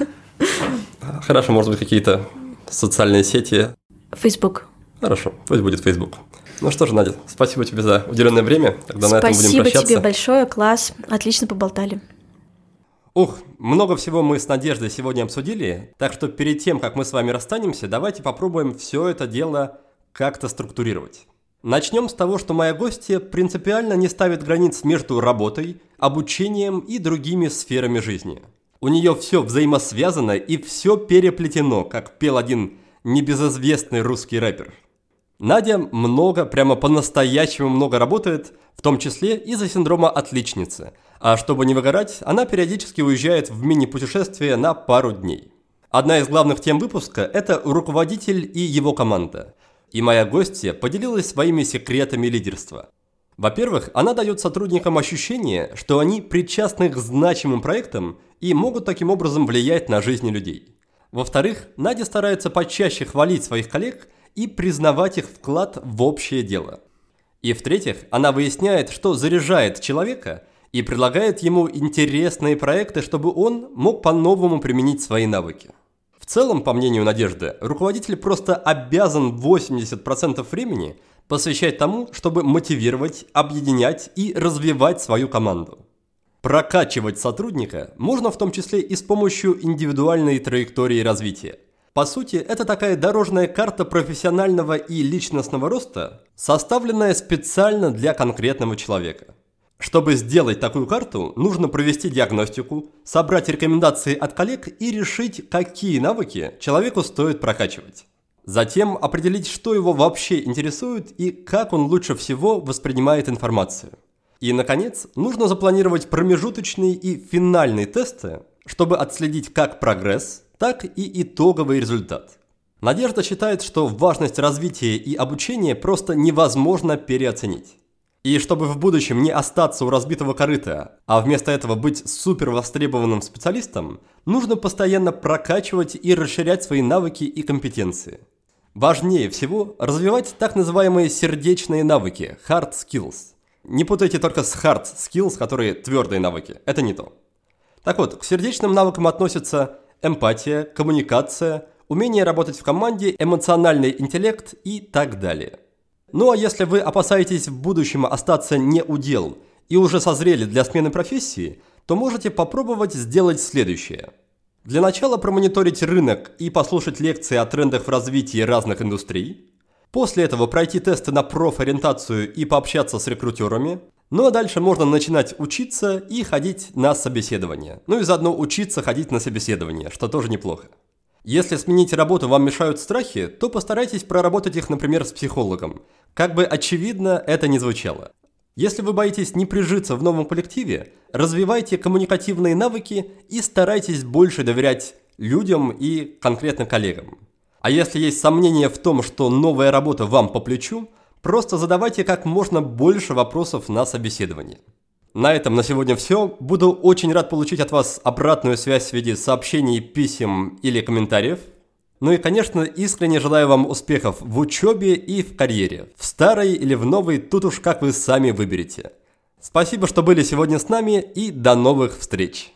Хорошо, может быть, какие-то социальные сети? Facebook. Хорошо, пусть будет Facebook. Ну что же, Надя, спасибо тебе за уделенное время. Тогда на этом будем прощаться. Спасибо тебе большое, класс. Отлично поболтали. Ух, много всего мы с Надеждой сегодня обсудили, так что перед тем, как мы с вами расстанемся, давайте попробуем все это дело как-то структурировать. Начнем с того, что моя гостья принципиально не ставит границ между работой, обучением и другими сферами жизни. У нее все взаимосвязано и все переплетено, как пел один небезызвестный русский рэпер. Надя прямо по-настоящему много работает, в том числе из-за синдрома отличницы. А чтобы не выгорать, она периодически уезжает в мини-путешествие на пару дней. Одна из главных тем выпуска – это руководитель и его команда. И моя гостья поделилась своими секретами лидерства. Во-первых, она дает сотрудникам ощущение, что они причастны к значимым проектам и могут таким образом влиять на жизни людей. Во-вторых, Надя старается почаще хвалить своих коллег и признавать их вклад в общее дело. И в-третьих, она выясняет, что заряжает человека и предлагает ему интересные проекты, чтобы он мог по-новому применить свои навыки. В целом, по мнению Надежды, руководитель просто обязан 80% времени посвящать тому, чтобы мотивировать, объединять и развивать свою команду. Прокачивать сотрудника можно в том числе и с помощью индивидуальной траектории развития. По сути, это такая дорожная карта профессионального и личностного роста, составленная специально для конкретного человека. Чтобы сделать такую карту, нужно провести диагностику, собрать рекомендации от коллег и решить, какие навыки человеку стоит прокачивать. Затем определить, что его вообще интересует и как он лучше всего воспринимает информацию. И, наконец, нужно запланировать промежуточные и финальные тесты, чтобы отследить как прогресс, так и итоговый результат. Надежда считает, что важность развития и обучения просто невозможно переоценить. И чтобы в будущем не остаться у разбитого корыта, а вместо этого быть супер востребованным специалистом, нужно постоянно прокачивать и расширять свои навыки и компетенции. Важнее всего развивать так называемые сердечные навыки, hard skills. Не путайте только с hard skills, которые твердые навыки, это не то. Так вот, к сердечным навыкам относятся эмпатия, коммуникация, умение работать в команде, эмоциональный интеллект и так далее. Ну а если вы опасаетесь в будущем остаться не у дел и уже созрели для смены профессии, то можете попробовать сделать следующее. Для начала промониторить рынок и послушать лекции о трендах в развитии разных индустрий. После этого пройти тесты на профориентацию и пообщаться с рекрутерами. Ну а дальше можно начинать учиться и ходить на собеседование. Ну и заодно учиться ходить на собеседование, что тоже неплохо. Если сменить работу вам мешают страхи, то постарайтесь проработать их, например, с психологом. Как бы очевидно это ни звучало. Если вы боитесь не прижиться в новом коллективе, развивайте коммуникативные навыки и старайтесь больше доверять людям и конкретно коллегам. А если есть сомнения в том, что новая работа вам по плечу, просто задавайте как можно больше вопросов на собеседовании. На этом на сегодня все. Буду очень рад получить от вас обратную связь в виде сообщений, писем или комментариев. Ну и, конечно, искренне желаю вам успехов в учебе и в карьере. В старой или в новой, тут уж как вы сами выберете. Спасибо, что были сегодня с нами, и до новых встреч!